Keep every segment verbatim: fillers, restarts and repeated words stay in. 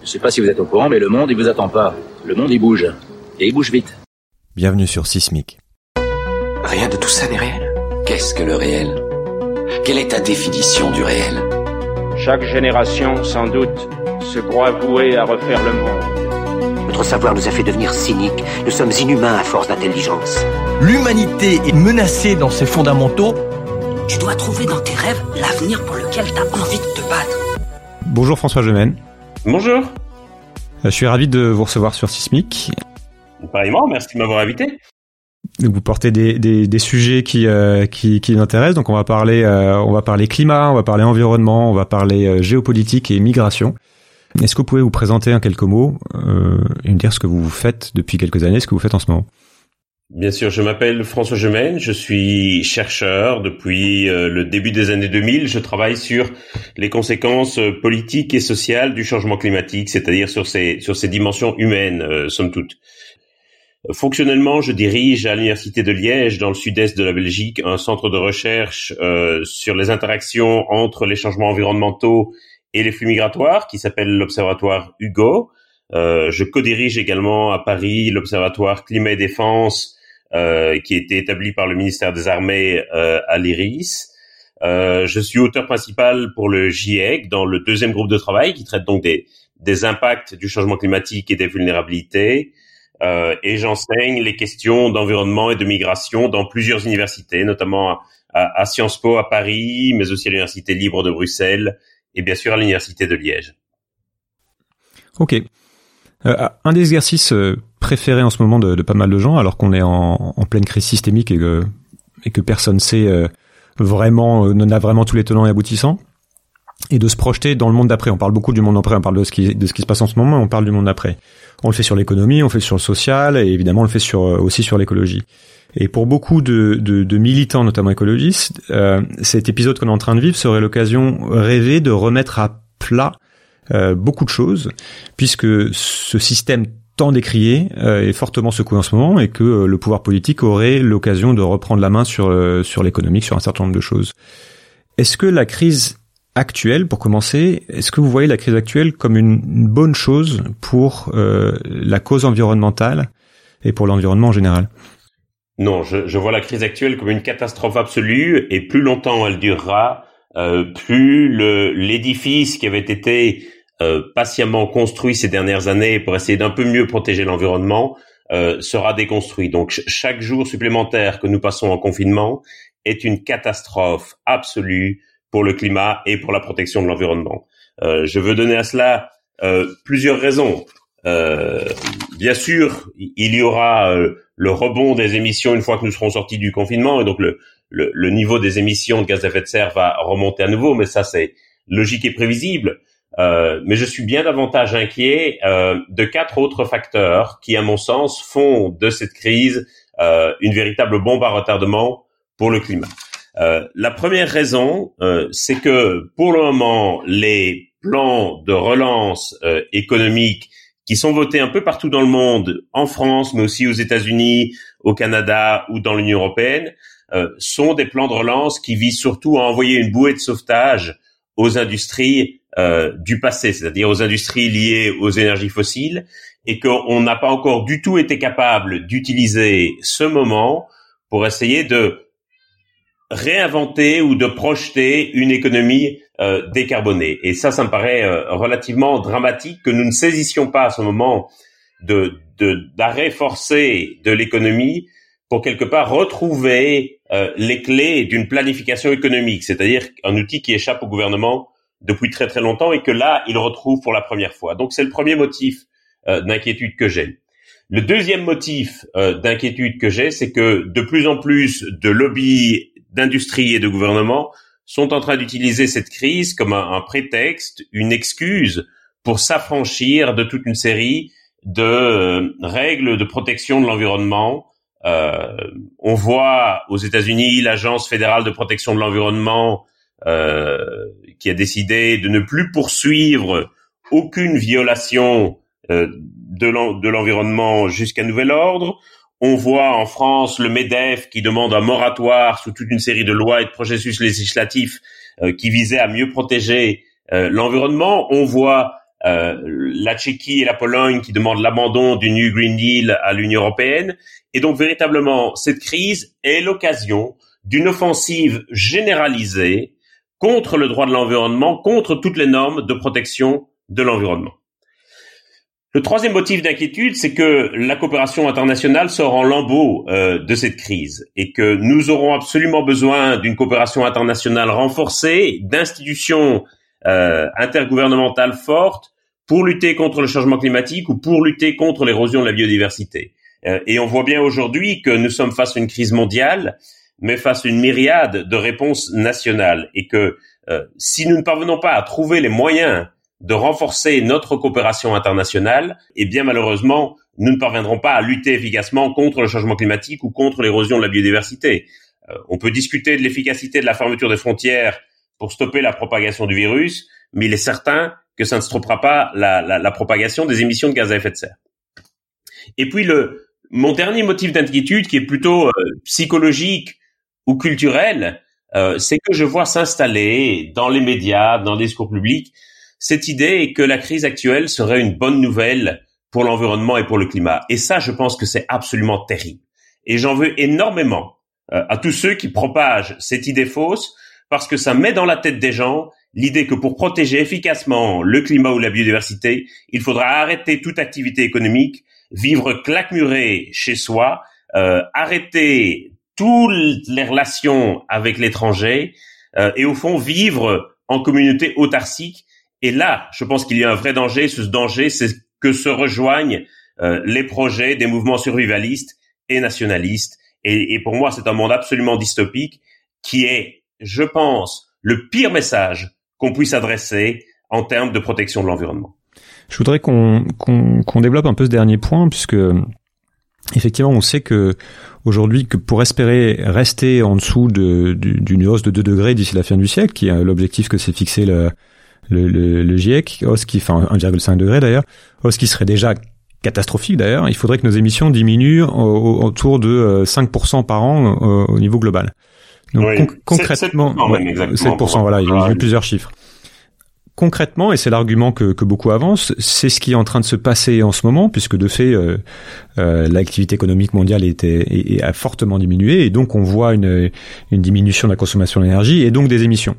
Je sais pas si vous êtes au courant, mais le monde, il vous attend pas. Le monde, il bouge. Et il bouge vite. Bienvenue sur Sismic. Rien de tout ça n'est réel. Qu'est-ce que le réel ? Quelle est ta définition du réel ? Chaque génération, sans doute, se croit vouée à refaire le monde. Notre savoir nous a fait devenir cyniques. Nous sommes inhumains à force d'intelligence. L'humanité est menacée dans ses fondamentaux. Tu dois trouver dans tes rêves l'avenir pour lequel tu as envie de te battre. Bonjour François Gemène. Bonjour. Je suis ravi de vous recevoir sur Sismic. Pareillement, merci de m'avoir invité. Vous portez des, des, des sujets qui, euh, qui, qui m'intéressent. Donc on va parler, euh, on va parler climat, on va parler environnement, on va parler euh, géopolitique et migration. Est-ce que vous pouvez vous présenter en quelques mots euh, et me dire ce que vous faites depuis quelques années, ce que vous faites en ce moment ? Bien sûr, je m'appelle François Gemène, je suis chercheur depuis euh, le début des années deux mille. Je travaille sur les conséquences euh, politiques et sociales du changement climatique, c'est-à-dire sur ces sur ces dimensions humaines, euh, somme toute. Fonctionnellement, je dirige à l'Université de Liège, dans le sud-est de la Belgique, un centre de recherche euh, sur les interactions entre les changements environnementaux et les flux migratoires, qui s'appelle l'Observatoire Hugo. Euh, je co-dirige également à Paris l'Observatoire Climat et Défense, euh, qui a été établi par le ministère des Armées euh, à l'IRIS. Euh, je suis auteur principal pour le GIEC, dans le deuxième groupe de travail, qui traite donc des, des impacts du changement climatique et des vulnérabilités. Euh, et j'enseigne les questions d'environnement et de migration dans plusieurs universités, notamment à, à Sciences Po à Paris, mais aussi à l'Université libre de Bruxelles et bien sûr à l'Université de Liège. Ok. Euh, un des exercices euh, préférés en ce moment de, de pas mal de gens, alors qu'on est en, en pleine crise systémique et que, et que personne sait euh, vraiment, euh, n'a vraiment tous les tenants et aboutissants, et de se projeter dans le monde d'après. On parle beaucoup du monde d'après, on parle de ce qui, de ce qui se passe en ce moment, on parle du monde d'après. On le fait sur l'économie, on le fait sur le social, et évidemment on le fait sur, aussi sur l'écologie. Et pour beaucoup de, de, de militants, notamment écologistes, euh, cet épisode qu'on est en train de vivre serait l'occasion rêvée de remettre à plat euh, beaucoup de choses, puisque ce système tant décrié euh, est fortement secoué en ce moment, et que euh, le pouvoir politique aurait l'occasion de reprendre la main sur, euh, sur l'économique, sur un certain nombre de choses. Est-ce que la crise actuelle, pour commencer, est-ce que vous voyez la crise actuelle comme une, une bonne chose pour euh, la cause environnementale et pour l'environnement en général ? Non, je, je vois la crise actuelle comme une catastrophe absolue, et plus longtemps elle durera, euh, plus le, l'édifice qui avait été euh, patiemment construit ces dernières années pour essayer d'un peu mieux protéger l'environnement euh, sera déconstruit. Donc ch- chaque jour supplémentaire que nous passons en confinement est une catastrophe absolue pour le climat et pour la protection de l'environnement. Euh, je veux donner à cela euh, plusieurs raisons. Euh, bien sûr, il y aura euh, le rebond des émissions une fois que nous serons sortis du confinement, et donc le, le, le niveau des émissions de gaz à effet de serre va remonter à nouveau, mais ça c'est logique et prévisible. Euh, mais je suis bien davantage inquiet euh, de quatre autres facteurs qui, à mon sens, font de cette crise euh, une véritable bombe à retardement pour le climat. Euh, la première raison, euh, c'est que pour le moment, les plans de relance euh, économique qui sont votés un peu partout dans le monde, en France, mais aussi aux États-Unis, au Canada ou dans l'Union européenne, euh, sont des plans de relance qui visent surtout à envoyer une bouée de sauvetage aux industries euh, du passé, c'est-à-dire aux industries liées aux énergies fossiles, et qu'on n'a pas encore du tout été capable d'utiliser ce moment pour essayer de réinventer ou de projeter une économie euh, décarbonée. Et ça, ça me paraît euh, relativement dramatique que nous ne saisissions pas à ce moment de, de d'arrêt forcé de l'économie pour quelque part retrouver euh, les clés d'une planification économique, c'est-à-dire un outil qui échappe au gouvernement depuis très très longtemps et que là, il retrouve pour la première fois. Donc c'est le premier motif euh, d'inquiétude que j'ai. Le deuxième motif euh, d'inquiétude que j'ai, c'est que de plus en plus de lobbies d'industrie et de gouvernement sont en train d'utiliser cette crise comme un, un prétexte, une excuse pour s'affranchir de toute une série de euh, règles de protection de l'environnement. Euh, on voit aux États-Unis l'Agence fédérale de protection de l'environnement euh, qui a décidé de ne plus poursuivre aucune violation euh, de, l'en, de l'environnement jusqu'à nouvel ordre. On voit en France le MEDEF qui demande un moratoire sous toute une série de lois et de processus législatifs euh, qui visaient à mieux protéger euh, l'environnement. On voit euh, la Tchéquie et la Pologne qui demandent l'abandon du New Green Deal à l'Union européenne. Et donc véritablement, cette crise est l'occasion d'une offensive généralisée contre le droit de l'environnement, contre toutes les normes de protection de l'environnement. Le troisième motif d'inquiétude, c'est que la coopération internationale sort en lambeaux euh, de cette crise et que nous aurons absolument besoin d'une coopération internationale renforcée, d'institutions euh, intergouvernementales fortes pour lutter contre le changement climatique ou pour lutter contre l'érosion de la biodiversité. Euh, et on voit bien aujourd'hui que nous sommes face à une crise mondiale, mais face à une myriade de réponses nationales et que euh, si nous ne parvenons pas à trouver les moyens de renforcer notre coopération internationale, eh bien malheureusement, nous ne parviendrons pas à lutter efficacement contre le changement climatique ou contre l'érosion de la biodiversité. Euh, on peut discuter de l'efficacité de la fermeture des frontières pour stopper la propagation du virus, mais il est certain que ça ne stoppera pas la, la, la propagation des émissions de gaz à effet de serre. Et puis le mon dernier motif d'inquiétude, qui est plutôt euh, psychologique ou culturel, euh, c'est que je vois s'installer dans les médias, dans les discours publics, cette idée que la crise actuelle serait une bonne nouvelle pour l'environnement et pour le climat. Et ça, je pense que c'est absolument terrible. Et j'en veux énormément euh, à tous ceux qui propagent cette idée fausse, parce que ça met dans la tête des gens l'idée que pour protéger efficacement le climat ou la biodiversité, il faudra arrêter toute activité économique, vivre claquemuré chez soi, euh, arrêter toutes les relations avec l'étranger euh, et au fond vivre en communauté autarcique. Et là, je pense qu'il y a un vrai danger. Ce danger, c'est que se rejoignent euh, les projets des mouvements survivalistes et nationalistes. Et, et pour moi, c'est un monde absolument dystopique qui est, je pense, le pire message qu'on puisse adresser en termes de protection de l'environnement. Je voudrais qu'on, qu'on, qu'on développe un peu ce dernier point, puisque effectivement, on sait que aujourd'hui, que pour espérer rester en dessous de, d'une hausse de deux degrés d'ici la fin du siècle, qui est l'objectif que s'est fixé le Le, le, le GIEC, hausse qui, enfin un virgule cinq degré d'ailleurs, hausse qui serait déjà catastrophique d'ailleurs, il faudrait que nos émissions diminuent au, au, autour de cinq pour cent par an au, au niveau global. Donc oui, con- concrètement, sept pour cent, voilà, il y a eu plusieurs chiffres. Concrètement, et c'est l'argument que, que beaucoup avancent, c'est ce qui est en train de se passer en ce moment, puisque de fait, euh, euh, l'activité économique mondiale était, est, est, a fortement diminué, et donc on voit une, une diminution de la consommation d'énergie et donc des émissions.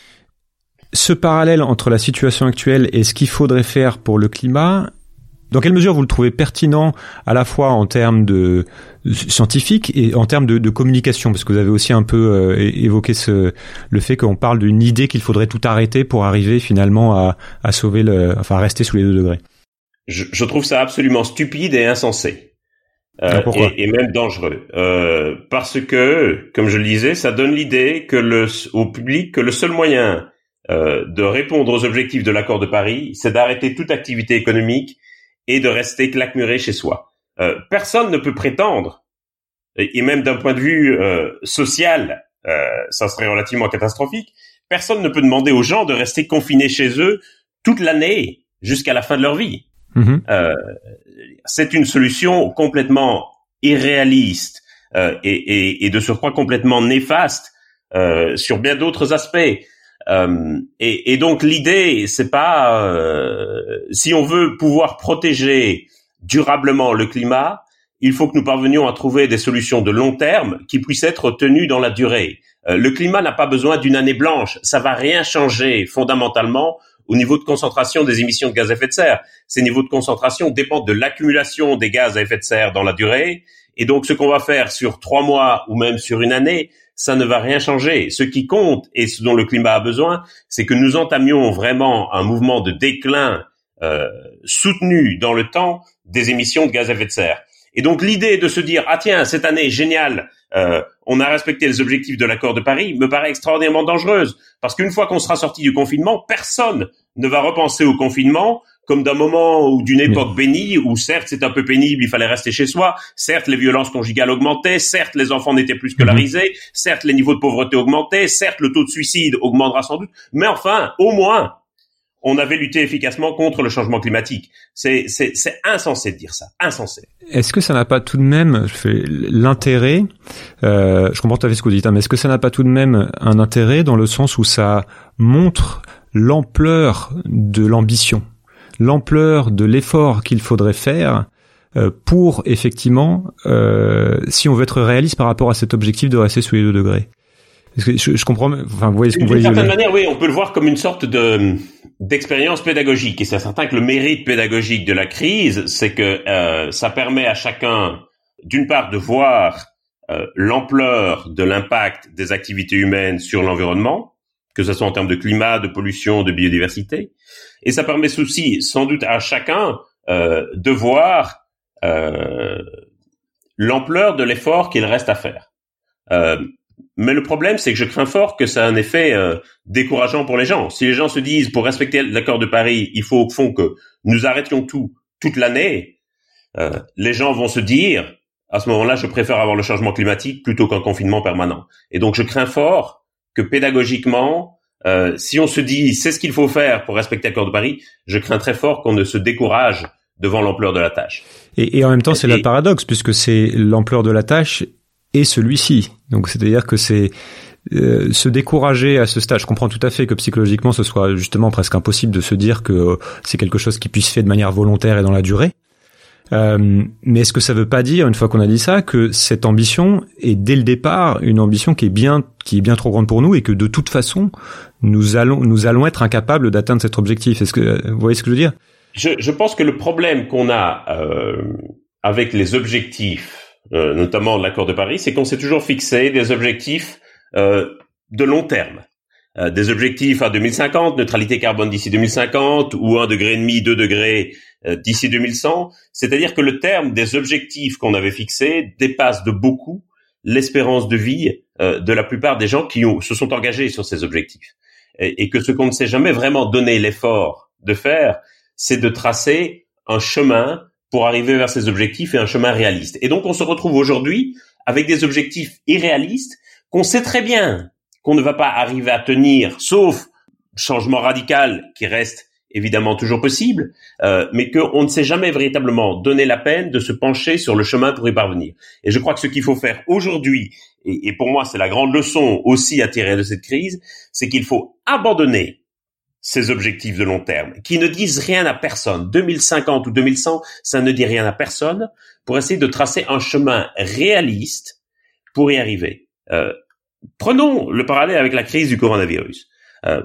Ce parallèle entre la situation actuelle et ce qu'il faudrait faire pour le climat, dans quelle mesure vous le trouvez pertinent à la fois en termes de scientifiques et en termes de, de communication, parce que vous avez aussi un peu euh, évoqué ce, le fait qu'on parle d'une idée qu'il faudrait tout arrêter pour arriver finalement à, à sauver le, enfin à rester sous les deux degrés. Je, je trouve ça absolument stupide et insensé. Euh, pourquoi et, et même dangereux. Euh, parce que, comme je le disais, ça donne l'idée que le, au public que le seul moyen Euh, de répondre aux objectifs de l'accord de Paris, c'est d'arrêter toute activité économique et de rester claquemuré chez soi. Euh, personne ne peut prétendre, et, et même d'un point de vue euh, social, euh, ça serait relativement catastrophique, personne ne peut demander aux gens de rester confinés chez eux toute l'année jusqu'à la fin de leur vie. Mmh. Euh, c'est une solution complètement irréaliste euh, et, et, et de surcroît complètement néfaste euh, sur bien d'autres aspects. Euh, et, et donc l'idée, c'est pas euh, si on veut pouvoir protéger durablement le climat, il faut que nous parvenions à trouver des solutions de long terme qui puissent être tenues dans la durée. Euh, le climat n'a pas besoin d'une année blanche, ça va rien changer fondamentalement au niveau de concentration des émissions de gaz à effet de serre. Ces niveaux de concentration dépendent de l'accumulation des gaz à effet de serre dans la durée, et donc ce qu'on va faire sur trois mois ou même sur une année, ça ne va rien changer. Ce qui compte et ce dont le climat a besoin, c'est que nous entamions vraiment un mouvement de déclin euh, soutenu dans le temps des émissions de gaz à effet de serre. Et donc l'idée de se dire « Ah tiens, cette année, génial, euh, on a respecté les objectifs de l'accord de Paris » me paraît extraordinairement dangereuse. Parce qu'une fois qu'on sera sorti du confinement, personne ne va repenser au confinement comme d'un moment ou d'une époque bénie où certes c'est un peu pénible, il fallait rester chez soi, certes les violences conjugales augmentaient, certes les enfants n'étaient plus scolarisés, certes les niveaux de pauvreté augmentaient, certes le taux de suicide augmentera sans doute, mais enfin, au moins, on avait lutté efficacement contre le changement climatique. C'est, c'est, c'est insensé de dire ça, insensé. Est-ce que ça n'a pas tout de même fait l'intérêt, euh, je comprends tout à fait ce que vous dites, hein, mais est-ce que ça n'a pas tout de même un intérêt dans le sens où ça montre l'ampleur de l'ambition? l'ampleur de l'effort qu'il faudrait faire euh, pour effectivement, euh, si on veut être réaliste par rapport à cet objectif de rester sous les deux degrés. Parce que je, je comprends, enfin, vous voyez ce qu'on voit. D'une certaine manière, oui, on peut le voir comme une sorte de d'expérience pédagogique. Et c'est certain que le mérite pédagogique de la crise, c'est que euh, ça permet à chacun, d'une part, de voir euh, l'ampleur de l'impact des activités humaines sur l'environnement, que ce soit en termes de climat, de pollution, de biodiversité, et ça permet aussi, sans doute, à chacun euh, de voir euh, l'ampleur de l'effort qu'il reste à faire. Euh, Mais le problème, c'est que je crains fort que ça a un effet euh, décourageant pour les gens. Si les gens se disent, pour respecter l'accord de Paris, il faut au fond que nous arrêtions tout toute l'année, euh, les gens vont se dire, à ce moment-là, je préfère avoir le changement climatique plutôt qu'un confinement permanent. Et donc, je crains fort que pédagogiquement, euh, si on se dit, c'est ce qu'il faut faire pour respecter l'accord de Paris, je crains très fort qu'on ne se décourage devant l'ampleur de la tâche. Et, et en même temps, c'est et, le paradoxe, puisque c'est l'ampleur de la tâche et celui-ci. Donc, c'est-à-dire que c'est euh, se décourager à ce stade. Je comprends tout à fait que psychologiquement, ce soit justement presque impossible de se dire que euh, c'est quelque chose qui puisse se faire de manière volontaire et dans la durée. Euh, mais est-ce que ça veut pas dire, une fois qu'on a dit ça, que cette ambition est dès le départ une ambition qui est bien, qui est bien trop grande pour nous et que de toute façon, nous allons, nous allons être incapables d'atteindre cet objectif? Est-ce que vous voyez ce que je veux dire? Je, je pense que le problème qu'on a euh, avec les objectifs, Euh, notamment l'accord de Paris, c'est qu'on s'est toujours fixé des objectifs euh, de long terme. Euh, des objectifs à deux mille cinquante, neutralité carbone d'ici deux mille cinquante, ou un degré et demi, deux degrés euh, d'ici deux mille cent. C'est-à-dire que le terme des objectifs qu'on avait fixés dépasse de beaucoup l'espérance de vie euh, de la plupart des gens qui ont, se sont engagés sur ces objectifs. Et, et que ce qu'on ne s'est jamais vraiment donné l'effort de faire, c'est de tracer un chemin pour arriver vers ces objectifs et un chemin réaliste. Et donc, on se retrouve aujourd'hui avec des objectifs irréalistes qu'on sait très bien qu'on ne va pas arriver à tenir, sauf changement radical qui reste évidemment toujours possible, euh, mais qu'on ne s'est jamais véritablement donné la peine de se pencher sur le chemin pour y parvenir. Et je crois que ce qu'il faut faire aujourd'hui, et, et pour moi, c'est la grande leçon aussi à tirer de cette crise, c'est qu'il faut abandonner ces objectifs de long terme, qui ne disent rien à personne. deux mille cinquante ou deux mille cent, ça ne dit rien à personne, pour essayer de tracer un chemin réaliste pour y arriver. Euh, prenons le parallèle avec la crise du coronavirus. Euh,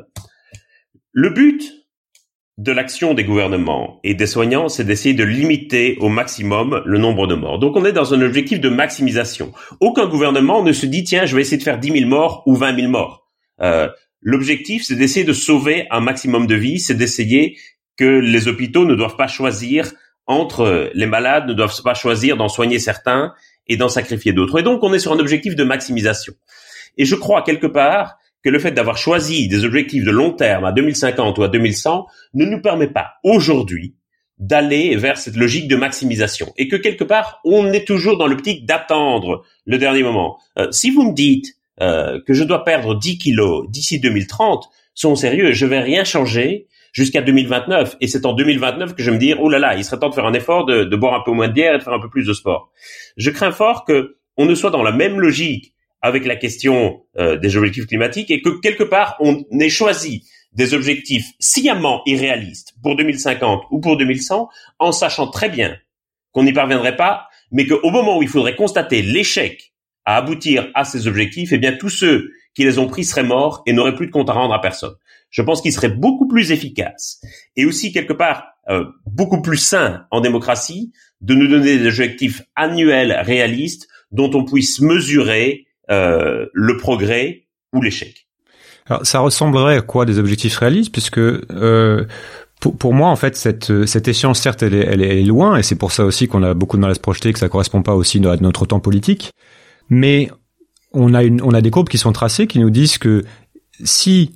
le but de l'action des gouvernements et des soignants, c'est d'essayer de limiter au maximum le nombre de morts. Donc on est dans un objectif de maximisation. Aucun gouvernement ne se dit, tiens, je vais essayer de faire dix mille morts ou vingt mille morts. Euh, L'objectif, c'est d'essayer de sauver un maximum de vies, c'est d'essayer que les hôpitaux ne doivent pas choisir entre les malades, ne doivent pas choisir d'en soigner certains et d'en sacrifier d'autres. Et donc, on est sur un objectif de maximisation. Et je crois, quelque part, que le fait d'avoir choisi des objectifs de long terme à deux mille cinquante ou à deux mille cent ne nous permet pas, aujourd'hui, d'aller vers cette logique de maximisation. Et que, quelque part, on est toujours dans l'optique d'attendre le dernier moment. Euh, si vous me dites Euh, que je dois perdre dix kilos d'ici deux mille trente, soyons sérieux, je vais rien changer jusqu'à deux mille vingt-neuf. Et c'est en deux mille vingt-neuf que je vais me dire, oh là là, il serait temps de faire un effort, de, de boire un peu moins de bière et de faire un peu plus de sport. Je crains fort que on ne soit dans la même logique avec la question euh, des objectifs climatiques et que quelque part on ait choisi des objectifs sciemment irréalistes pour deux mille cinquante ou pour deux mille cent en sachant très bien qu'on n'y parviendrait pas, mais qu'au moment où il faudrait constater l'échec à aboutir à ces objectifs, eh bien, tous ceux qui les ont pris seraient morts et n'auraient plus de compte à rendre à personne. Je pense qu'il serait beaucoup plus efficace et aussi, quelque part, euh, beaucoup plus sain en démocratie de nous donner des objectifs annuels réalistes dont on puisse mesurer euh, le progrès ou l'échec. Alors, ça ressemblerait à quoi des objectifs réalistes, puisque euh, pour, pour moi, en fait, cette, cette échéance, certes, elle est, elle est, elle est loin, et c'est pour ça aussi qu'on a beaucoup de mal à se projeter, que ça correspond pas aussi à notre temps politique. Mais on a une, on a des courbes qui sont tracées qui nous disent que si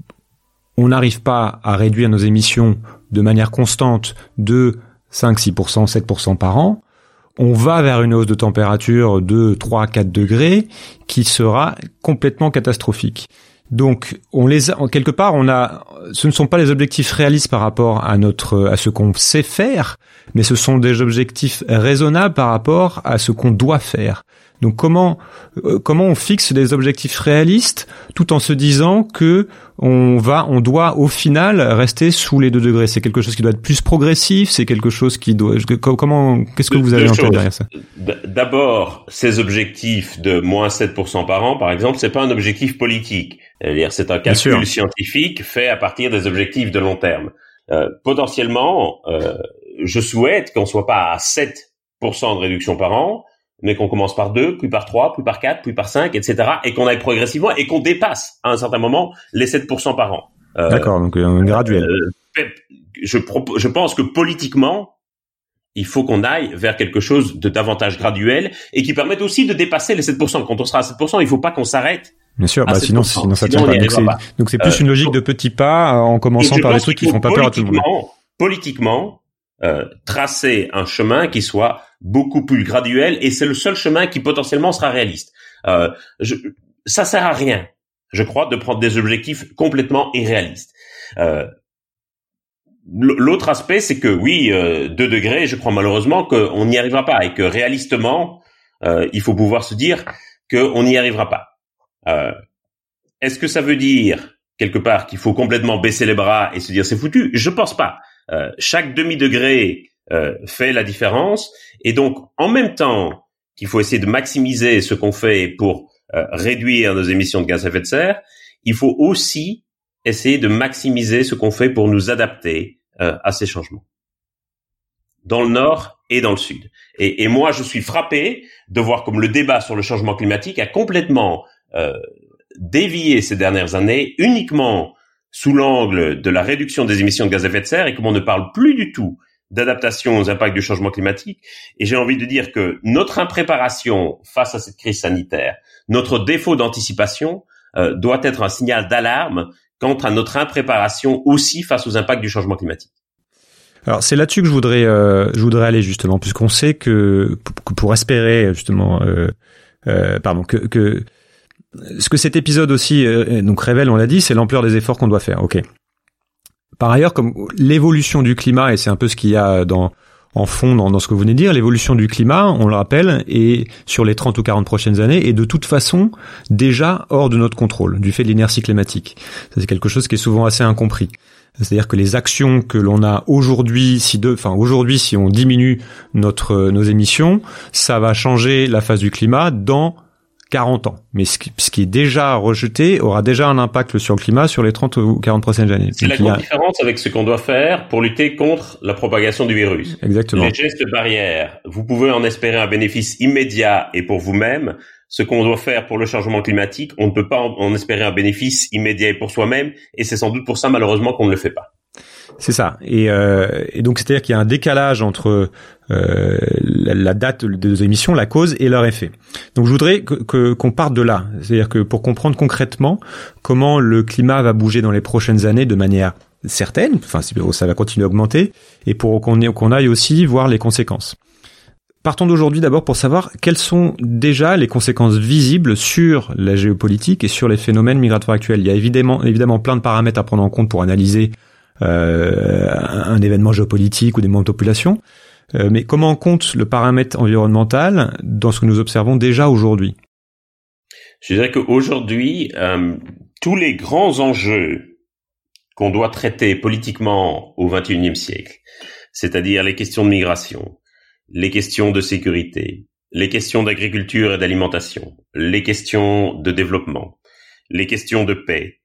on n'arrive pas à réduire nos émissions de manière constante de cinq, six pour cent, sept pour cent par an, on va vers une hausse de température de trois à quatre degrés qui sera complètement catastrophique. Donc, on les a, en quelque part, on a, ce ne sont pas les objectifs réalistes par rapport à notre, à ce qu'on sait faire, mais ce sont des objectifs raisonnables par rapport à ce qu'on doit faire. Donc comment euh, comment on fixe des objectifs réalistes tout en se disant que on va on doit au final rester sous les deux degrés? C'est quelque chose qui doit être plus progressif, c'est quelque chose qui doit comment qu'est-ce que vous avez en tête derrière ça? D'abord, ces objectifs de moins sept pour cent par an, par exemple, c'est pas un objectif politique. C'est-à-dire, c'est un calcul scientifique fait à partir des objectifs de long terme. Euh, potentiellement, euh, je souhaite qu'on soit pas à sept pour cent de réduction par an, mais qu'on commence par deux, puis par trois, puis par quatre, puis par cinq, et cetera, et qu'on aille progressivement et qu'on dépasse à un certain moment les sept pour cent par an. Euh, D'accord, donc un graduel. Euh, je, propos, je pense que politiquement, il faut qu'on aille vers quelque chose de davantage graduel et qui permette aussi de dépasser les sept pour cent. Quand on sera à sept pour cent, il faut pas qu'on s'arrête. Bien sûr, bah sinon, sinon ça tient pas. Donc c'est, pas. donc c'est plus euh, une logique de petits pas en commençant par des trucs qui font pas peur à tout le monde. Politiquement, euh, tracer un chemin qui soit beaucoup plus graduel et c'est le seul chemin qui potentiellement sera réaliste. Euh, je, ça sert à rien, je crois, de prendre des objectifs complètement irréalistes. Euh, L'autre aspect, c'est que oui, euh, deux degrés, je crois malheureusement qu'on n'y arrivera pas et que réalistement, euh, il faut pouvoir se dire qu'on n'y arrivera pas. Euh, est-ce que ça veut dire quelque part qu'il faut complètement baisser les bras et se dire c'est foutu? Je pense pas. Euh, chaque demi-degré euh, fait la différence et donc en même temps qu'il faut essayer de maximiser ce qu'on fait pour euh, réduire nos émissions de gaz à effet de serre, il faut aussi essayer de maximiser ce qu'on fait pour nous adapter euh, à ces changements. Dans le Nord et dans le Sud. Et, et moi, je suis frappé de voir comme le débat sur le changement climatique a complètement euh, dévié ces dernières années uniquement sous l'angle de la réduction des émissions de gaz à effet de serre et comme on ne parle plus du tout d'adaptation aux impacts du changement climatique. Et j'ai envie de dire que notre impréparation face à cette crise sanitaire, notre défaut d'anticipation euh, doit être un signal d'alarme quant à notre impréparation aussi face aux impacts du changement climatique. Alors c'est là-dessus que je voudrais euh, je voudrais aller justement, puisqu'on sait que, que pour espérer justement euh, euh, pardon que, que ce que cet épisode aussi euh, donc révèle, on l'a dit, c'est l'ampleur des efforts qu'on doit faire. Ok. Par ailleurs, comme l'évolution du climat, et c'est un peu ce qu'il y a dans en fond dans, dans ce que vous venez de dire, l'évolution du climat, on le rappelle, est sur les trente ou quarante prochaines années, et de toute façon déjà hors de notre contrôle, du fait de l'inertie climatique. Ça, c'est quelque chose qui est souvent assez incompris. C'est-à-dire que les actions que l'on a aujourd'hui, si de, enfin aujourd'hui, si on diminue notre nos émissions, ça va changer la phase du climat dans quarante ans. Mais ce qui, ce qui est déjà rejeté aura déjà un impact sur le climat sur les trente ou quarante prochaines années. C'est Donc, la grande a... différence avec ce qu'on doit faire pour lutter contre la propagation du virus. Exactement. Les gestes barrières, vous pouvez en espérer un bénéfice immédiat et pour vous-même. Ce qu'on doit faire pour le changement climatique, on ne peut pas en, en espérer un bénéfice immédiat et pour soi-même, et c'est sans doute pour ça malheureusement qu'on ne le fait pas. C'est ça. Et, euh, et donc c'est-à-dire qu'il y a un décalage entre euh, la, la date des émissions, la cause et leur effet. Donc je voudrais que, que, qu'on parte de là. C'est-à-dire que pour comprendre concrètement comment le climat va bouger dans les prochaines années de manière certaine, enfin ça va continuer à augmenter, et pour qu'on, ait, qu'on aille aussi voir les conséquences. Partons d'aujourd'hui d'abord pour savoir quelles sont déjà les conséquences visibles sur la géopolitique et sur les phénomènes migratoires actuels. Il y a évidemment, évidemment plein de paramètres à prendre en compte pour analyser euh, un événement géopolitique ou des mouvements de population. Euh, mais comment on compte le paramètre environnemental dans ce que nous observons déjà aujourd'hui? Je dirais qu'aujourd'hui, euh, tous les grands enjeux qu'on doit traiter politiquement au vingt et unième siècle, c'est-à-dire les questions de migration, les questions de sécurité, les questions d'agriculture et d'alimentation, les questions de développement, les questions de paix,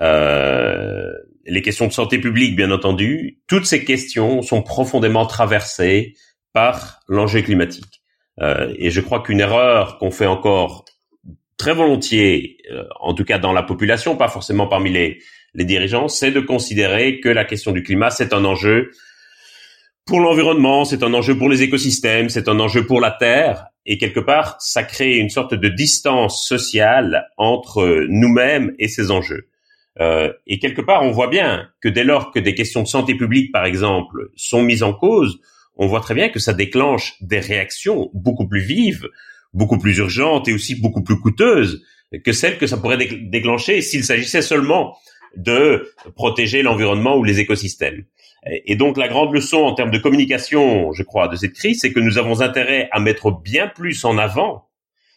euh, les questions de santé publique, bien entendu, toutes ces questions sont profondément traversées par l'enjeu climatique. Euh, et je crois qu'une erreur qu'on fait encore très volontiers, euh, en tout cas dans la population, pas forcément parmi les, les dirigeants, c'est de considérer que la question du climat, c'est un enjeu pour l'environnement, c'est un enjeu pour les écosystèmes, c'est un enjeu pour la Terre, et quelque part, ça crée une sorte de distance sociale entre nous-mêmes et ces enjeux. Euh, et quelque part, on voit bien que dès lors que des questions de santé publique, par exemple, sont mises en cause, on voit très bien que ça déclenche des réactions beaucoup plus vives, beaucoup plus urgentes et aussi beaucoup plus coûteuses que celles que ça pourrait déclencher s'il s'agissait seulement de protéger l'environnement ou les écosystèmes. Et donc, la grande leçon en termes de communication, je crois, de cette crise, c'est que nous avons intérêt à mettre bien plus en avant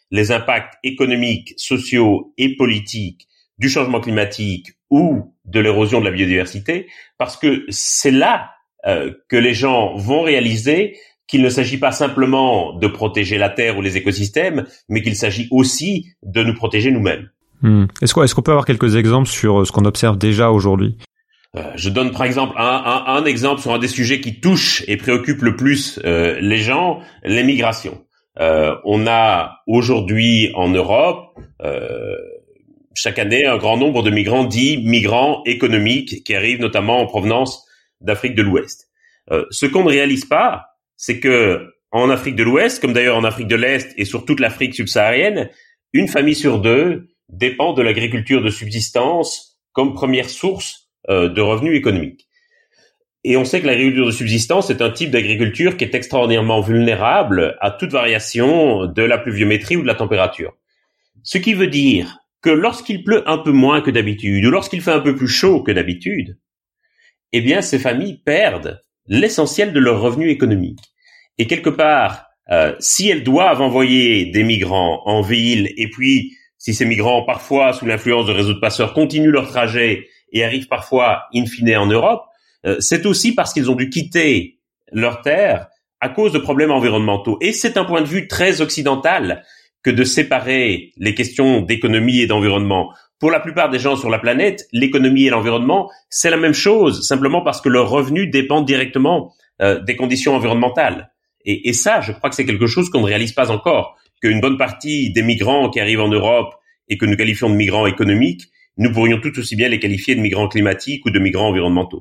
les impacts économiques, sociaux et politiques du changement climatique ou de l'érosion de la biodiversité, parce que c'est là euh, que les gens vont réaliser qu'il ne s'agit pas simplement de protéger la Terre ou les écosystèmes, mais qu'il s'agit aussi de nous protéger nous-mêmes. Hmm. Est-ce qu'on, est-ce qu'on peut avoir quelques exemples sur ce qu'on observe déjà aujourd'hui ? euh, Je donne par exemple un, un, un exemple sur un des sujets qui touche et préoccupe le plus euh, les gens, les migrations. Euh, on a aujourd'hui en Europe euh, chaque année un grand nombre de migrants dits migrants économiques qui arrivent notamment en provenance d'Afrique de l'Ouest. Euh, ce qu'on ne réalise pas, c'est que en Afrique de l'Ouest, comme d'ailleurs en Afrique de l'Est et sur toute l'Afrique subsaharienne, une famille sur deux dépend de l'agriculture de subsistance comme première source euh, de revenus économiques. Et on sait que l'agriculture de subsistance est un type d'agriculture qui est extraordinairement vulnérable à toute variation de la pluviométrie ou de la température. Ce qui veut dire que lorsqu'il pleut un peu moins que d'habitude ou lorsqu'il fait un peu plus chaud que d'habitude, eh bien ces familles perdent l'essentiel de leurs revenus économiques. Et quelque part, euh, si elles doivent envoyer des migrants en ville, et puis si ces migrants, parfois sous l'influence de réseaux de passeurs, continuent leur trajet et arrivent parfois in fine en Europe, euh, c'est aussi parce qu'ils ont dû quitter leur terre à cause de problèmes environnementaux. Et c'est un point de vue très occidental que de séparer les questions d'économie et d'environnement. Pour la plupart des gens sur la planète, l'économie et l'environnement, c'est la même chose, simplement parce que leurs revenus dépendent directement euh, des conditions environnementales. Et, et ça, je crois que c'est quelque chose qu'on ne réalise pas encore, qu'une bonne partie des migrants qui arrivent en Europe et que nous qualifions de migrants économiques, nous pourrions tout aussi bien les qualifier de migrants climatiques ou de migrants environnementaux.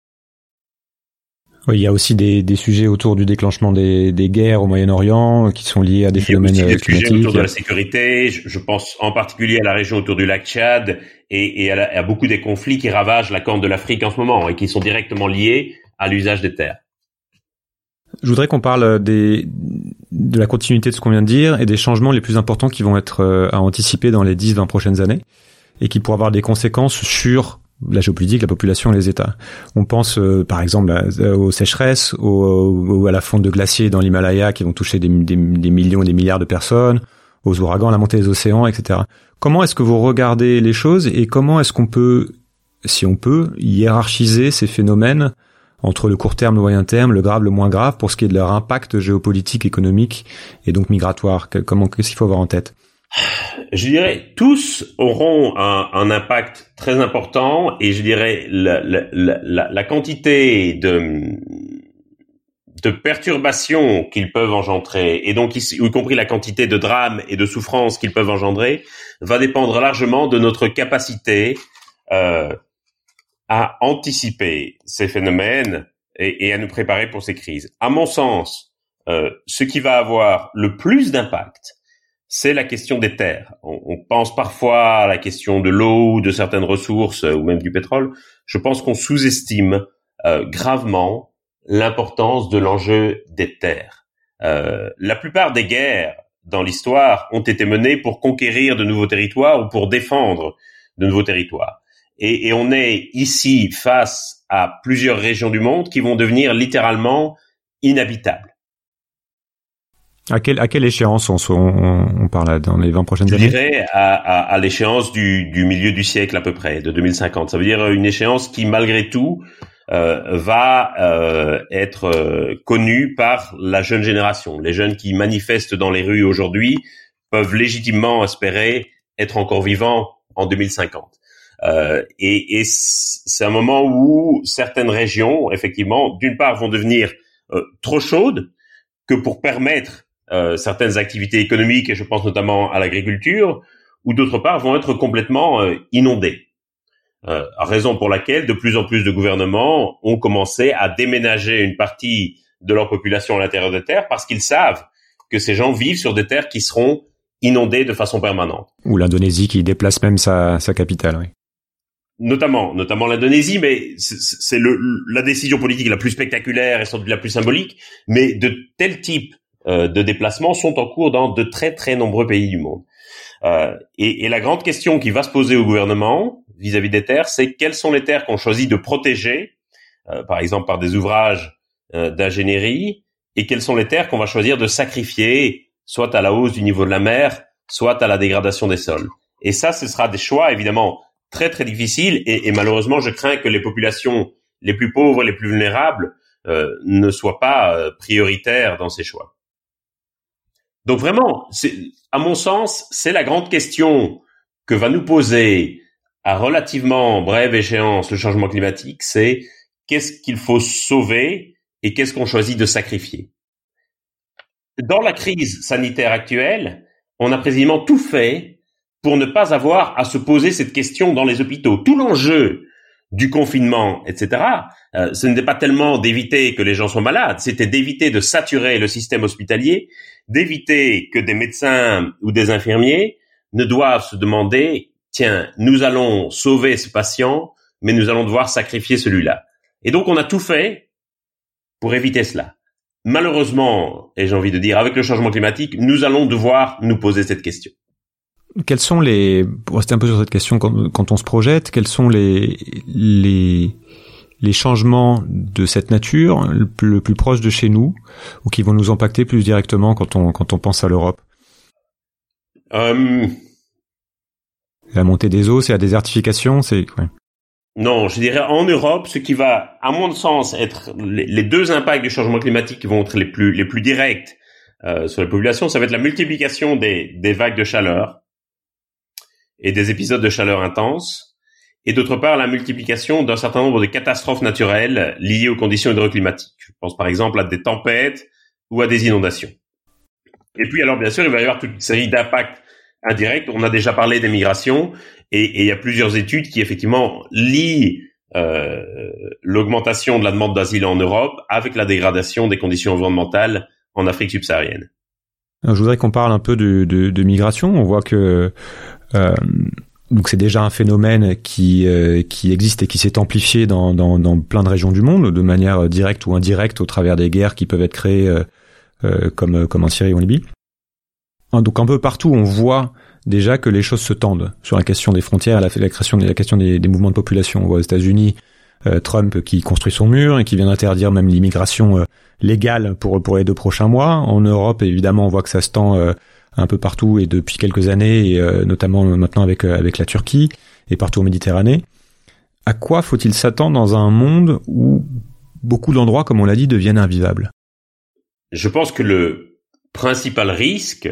Oui, il y a aussi des, des sujets autour du déclenchement des, des guerres au Moyen-Orient qui sont liés à des phénomènes climatiques. Il y a aussi des sujets autour de la sécurité. Je, je pense en particulier à la région autour du lac Tchad et, et à, la, à beaucoup des conflits qui ravagent la Corne de l'Afrique en ce moment et qui sont directement liés à l'usage des terres. Je voudrais qu'on parle des, de la continuité de ce qu'on vient de dire et des changements les plus importants qui vont être à anticiper dans les dix à vingt prochaines années et qui pourraient avoir des conséquences sur la géopolitique, la population et les États. On pense euh, par exemple à, aux sécheresses, aux, aux, à la fonte de glaciers dans l'Himalaya qui vont toucher des, des, des millions et des milliards de personnes, aux ouragans, à la montée des océans, et cetera. Comment est-ce que vous regardez les choses et comment est-ce qu'on peut, si on peut, hiérarchiser ces phénomènes entre le court terme, le moyen terme, le grave, le moins grave, pour ce qui est de leur impact géopolitique, économique et donc migratoire? Comment, qu'est-ce qu'il faut avoir en tête? Je dirais tous auront un, un impact très important et je dirais la, la, la, la quantité de, de perturbations qu'ils peuvent engendrer et donc y, y compris la quantité de drames et de souffrances qu'ils peuvent engendrer va dépendre largement de notre capacité euh, à anticiper ces phénomènes et, et à nous préparer pour ces crises. À mon sens, euh, ce qui va avoir le plus d'impact, c'est la question des terres. On, on pense parfois à la question de l'eau ou de certaines ressources euh, ou même du pétrole. Je pense qu'on sous-estime euh, gravement l'importance de l'enjeu des terres. Euh, la plupart des guerres dans l'histoire ont été menées pour conquérir de nouveaux territoires ou pour défendre de nouveaux territoires. Et, et on est ici face à plusieurs régions du monde qui vont devenir littéralement inhabitables. À quelle, à quelle échéance on, on, on parle dans les vingt prochaines Je années? Je dirais à, à, à l'échéance du, du milieu du siècle à peu près, de deux mille cinquante. Ça veut dire une échéance qui, malgré tout, euh, va euh, être euh, connue par la jeune génération. Les jeunes qui manifestent dans les rues aujourd'hui peuvent légitimement espérer être encore vivants en deux mille cinquante. Euh, et, et c'est un moment où certaines régions, effectivement, d'une part, vont devenir euh, trop chaudes que pour permettre Euh, certaines activités économiques, et je pense notamment à l'agriculture, ou d'autre part vont être complètement euh, inondées. Euh, raison pour laquelle de plus en plus de gouvernements ont commencé à déménager une partie de leur population à l'intérieur des terres parce qu'ils savent que ces gens vivent sur des terres qui seront inondées de façon permanente. Ou l'Indonésie qui déplace même sa, sa capitale, oui. Notamment, notamment l'Indonésie, mais c'est, c'est le, la décision politique la plus spectaculaire et sans doute la plus symbolique, mais de tel type de déplacements sont en cours dans de très très nombreux pays du monde. Euh, et, et la grande question qui va se poser au gouvernement vis-à-vis des terres, c'est quelles sont les terres qu'on choisit de protéger, euh, par exemple par des ouvrages euh, d'ingénierie, et quelles sont les terres qu'on va choisir de sacrifier, soit à la hausse du niveau de la mer, soit à la dégradation des sols. Et ça, ce sera des choix évidemment très très difficiles et, et malheureusement, je crains que les populations les plus pauvres, les plus vulnérables euh, ne soient pas euh, prioritaires dans ces choix. Donc vraiment, c'est, à mon sens, c'est la grande question que va nous poser à relativement brève échéance le changement climatique, c'est qu'est-ce qu'il faut sauver et qu'est-ce qu'on choisit de sacrifier. Dans la crise sanitaire actuelle, on a précisément tout fait pour ne pas avoir à se poser cette question dans les hôpitaux. Tout l'enjeu du confinement, et cetera, euh, ce n'était pas tellement d'éviter que les gens soient malades, c'était d'éviter de saturer le système hospitalier, d'éviter que des médecins ou des infirmiers ne doivent se demander « Tiens, nous allons sauver ce patient, mais nous allons devoir sacrifier celui-là. » Et donc, on a tout fait pour éviter cela. Malheureusement, et j'ai envie de dire, avec le changement climatique, nous allons devoir nous poser cette question. Quels sont les, pour rester un peu sur cette question, quand, quand on se projette, quels sont les, les, les changements de cette nature le, le plus proche de chez nous, ou qui vont nous impacter plus directement quand on, quand on pense à l'Europe? Euh... La montée des eaux, c'est la désertification, c'est, ouais. Non, je dirais en Europe, ce qui va, à mon sens, être les, les deux impacts du changement climatique qui vont être les plus, les plus directs euh, sur la population, ça va être la multiplication des, des vagues de chaleur et des épisodes de chaleur intense, et d'autre part la multiplication d'un certain nombre de catastrophes naturelles liées aux conditions hydroclimatiques. Je pense par exemple à des tempêtes ou à des inondations. Et puis alors bien sûr, il va y avoir toute une série d'impacts indirects. On a déjà parlé des migrations, et, et il y a plusieurs études qui effectivement lient euh, l'augmentation de la demande d'asile en Europe avec la dégradation des conditions environnementales en Afrique subsaharienne. Alors, je voudrais qu'on parle un peu de, de, de migration. On voit que euh, donc c'est déjà un phénomène qui euh, qui existe et qui s'est amplifié dans, dans dans plein de régions du monde de manière directe ou indirecte au travers des guerres qui peuvent être créées euh, euh, comme comme en Syrie ou en Libye. Donc un peu partout, on voit déjà que les choses se tendent sur la question des frontières, la, la, création, la question des, des mouvements de population. On voit aux États-Unis euh, Trump qui construit son mur et qui vient d'interdire même l'immigration euh, légale pour pour les deux prochains mois. En Europe, évidemment, on voit que ça se tend euh, un peu partout et depuis quelques années, et euh, notamment maintenant avec euh, avec la Turquie et partout en Méditerranée. À quoi faut-il s'attendre dans un monde où beaucoup d'endroits, comme on l'a dit, deviennent invivables? Je pense que le principal risque,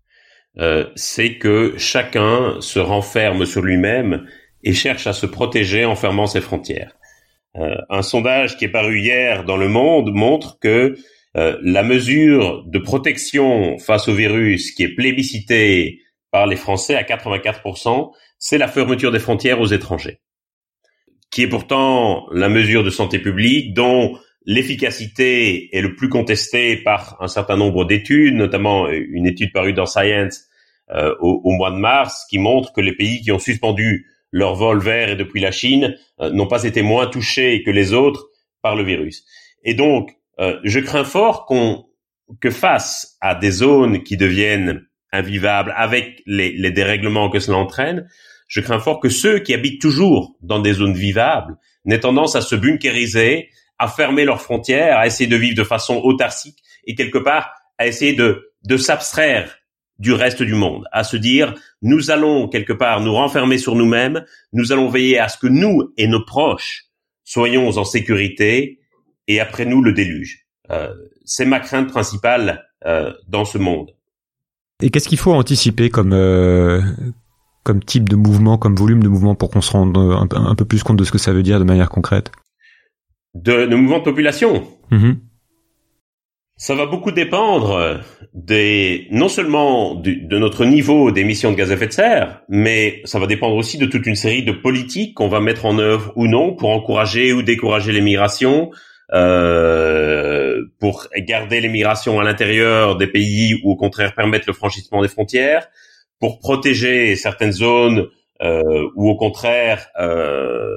Euh, c'est que chacun se renferme sur lui-même et cherche à se protéger en fermant ses frontières. Euh, un sondage qui est paru hier dans Le Monde montre que euh, la mesure de protection face au virus qui est plébiscitée par les Français à quatre-vingt-quatre pour cent, c'est la fermeture des frontières aux étrangers, qui est pourtant la mesure de santé publique dont l'efficacité est le plus contestée par un certain nombre d'études, notamment une étude parue dans Science euh, au, au mois de mars, qui montre que les pays qui ont suspendu leur vol vers et depuis la Chine euh, n'ont pas été moins touchés que les autres par le virus. Et donc, euh, je crains fort qu'on que face à des zones qui deviennent invivables avec les, les dérèglements que cela entraîne, je crains fort que ceux qui habitent toujours dans des zones vivables n'aient tendance à se bunkériser, à fermer leurs frontières, à essayer de vivre de façon autarcique et quelque part à essayer de, de s'abstraire du reste du monde, à se dire nous allons quelque part nous renfermer sur nous-mêmes, nous allons veiller à ce que nous et nos proches soyons en sécurité et après nous le déluge. Euh, c'est ma crainte principale euh, dans ce monde. Et qu'est-ce qu'il faut anticiper comme euh, comme type de mouvement, comme volume de mouvement pour qu'on se rende un, un peu plus compte de ce que ça veut dire de manière concrète? De, de mouvements de population. Mmh. Ça va beaucoup dépendre des, non seulement du, de notre niveau d'émissions de gaz à effet de serre, mais ça va dépendre aussi de toute une série de politiques qu'on va mettre en œuvre ou non pour encourager ou décourager les migrations, euh, pour garder les migrations à l'intérieur des pays ou au contraire permettre le franchissement des frontières, pour protéger certaines zones euh, ou au contraire euh,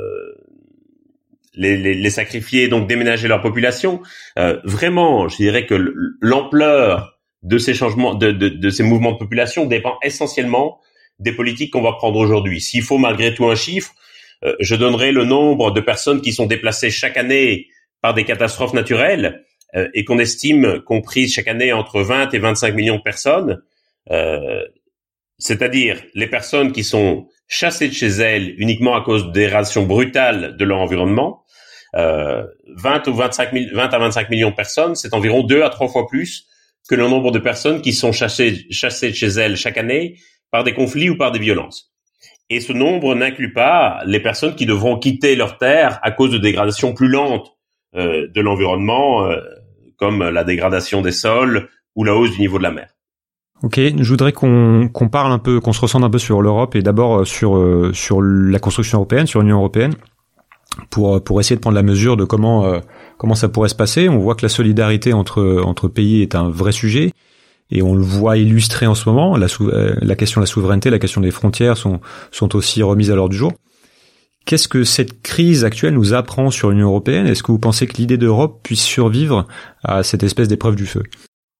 Les, les, les sacrifier, donc déménager leur population. Euh, vraiment, je dirais que l'ampleur de ces changements, de, de, de ces mouvements de population dépend essentiellement des politiques qu'on va prendre aujourd'hui. S'il faut malgré tout un chiffre, euh, je donnerai le nombre de personnes qui sont déplacées chaque année par des catastrophes naturelles euh, et qu'on estime comprise chaque année entre vingt et vingt-cinq millions de personnes. Euh, c'est-à-dire les personnes qui sont chassées de chez elles uniquement à cause de dégradation brutale de leur environnement, euh, vingt ou vingt-cinq mille, vingt à vingt-cinq millions de personnes, c'est environ deux à trois fois plus que le nombre de personnes qui sont chassées, chassées de chez elles chaque année par des conflits ou par des violences. Et ce nombre n'inclut pas les personnes qui devront quitter leur terre à cause de dégradations plus lentes euh, de l'environnement, euh, comme la dégradation des sols ou la hausse du niveau de la mer. Ok, je voudrais qu'on qu'on parle un peu, qu'on se recentre un peu sur l'Europe et d'abord sur euh, sur la construction européenne, sur l'Union européenne, pour pour essayer de prendre la mesure de comment euh, comment ça pourrait se passer. On voit que la solidarité entre entre pays est un vrai sujet et on le voit illustré en ce moment. La sou- la question de la souveraineté, la question des frontières sont sont aussi remises à l'ordre du jour. Qu'est-ce que cette crise actuelle nous apprend sur l'Union européenne ? Est-ce que vous pensez que l'idée d'Europe puisse survivre à cette espèce d'épreuve du feu ?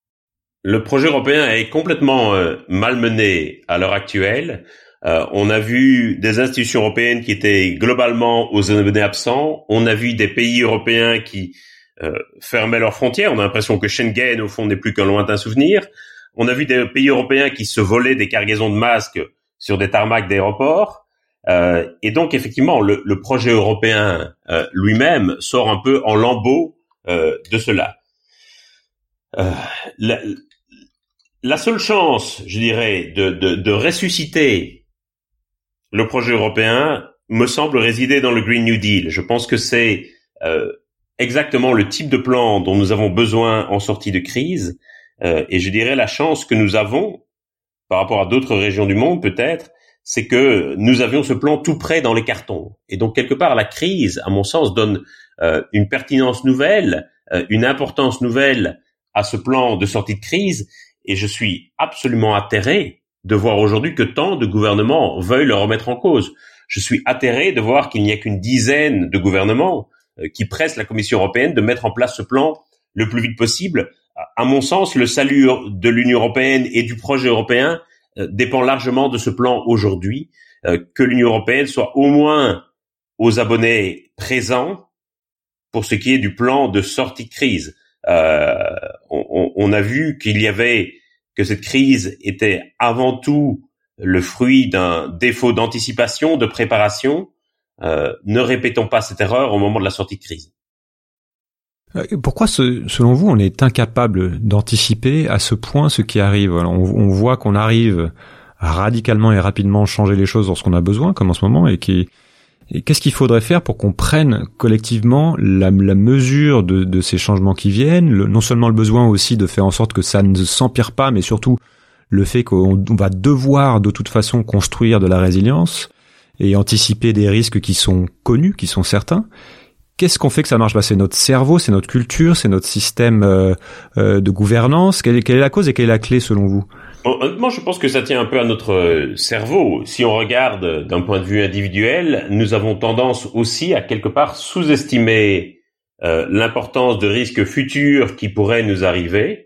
Le projet européen est complètement euh, malmené à l'heure actuelle. Euh, on a vu des institutions européennes qui étaient globalement aux abonnés absents. On a vu des pays européens qui euh, fermaient leurs frontières. On a l'impression que Schengen, au fond, n'est plus qu'un lointain souvenir. On a vu des pays européens qui se volaient des cargaisons de masques sur des tarmacs d'aéroports. Euh, et donc, effectivement, le, le projet européen euh, lui-même sort un peu en lambeaux euh, de cela. Euh, la, la seule chance, je dirais, de, de, de ressusciter le projet européen me semble résider dans le Green New Deal. Je pense que c'est euh, exactement le type de plan dont nous avons besoin en sortie de crise. Euh, et je dirais la chance que nous avons, par rapport à d'autres régions du monde peut-être, c'est que nous avions ce plan tout prêt dans les cartons. Et donc, quelque part, la crise, à mon sens, donne euh, une pertinence nouvelle, euh, une importance nouvelle à ce plan de sortie de crise. Et je suis absolument atterré de voir aujourd'hui que tant de gouvernements veuillent le remettre en cause. Je suis atterré de voir qu'il n'y a qu'une dizaine de gouvernements euh, qui pressent la Commission européenne de mettre en place ce plan le plus vite possible. À mon sens, le salut de l'Union européenne et du projet européen euh, dépend largement de ce plan aujourd'hui. Euh, que l'Union européenne soit au moins aux abonnés présents pour ce qui est du plan de sortie de crise. Euh, on, on a vu qu'il y avait que cette crise était avant tout le fruit d'un défaut d'anticipation, de préparation. Euh, ne répétons pas cette erreur au moment de la sortie de crise. Pourquoi, ce, selon vous, on est incapable d'anticiper à ce point ce qui arrive ? Alors, on, on voit qu'on arrive à radicalement et rapidement changer les choses lorsqu'on a besoin, comme en ce moment, et qui Et qu'est-ce qu'il faudrait faire pour qu'on prenne collectivement la, la mesure de, de ces changements qui viennent, le, non seulement le besoin aussi de faire en sorte que ça ne s'empire pas, mais surtout le fait qu'on on va devoir de toute façon construire de la résilience et anticiper des risques qui sont connus, qui sont certains. Qu'est-ce qu'on fait que ça marche pas ? C'est notre cerveau, c'est notre culture, c'est notre système euh, euh, de gouvernance. Quelle est, quelle est la cause et quelle est la clé selon vous ? Honnêtement, je pense que ça tient un peu à notre cerveau. Si on regarde d'un point de vue individuel, nous avons tendance aussi à quelque part sous-estimer euh, l'importance de risques futurs qui pourraient nous arriver.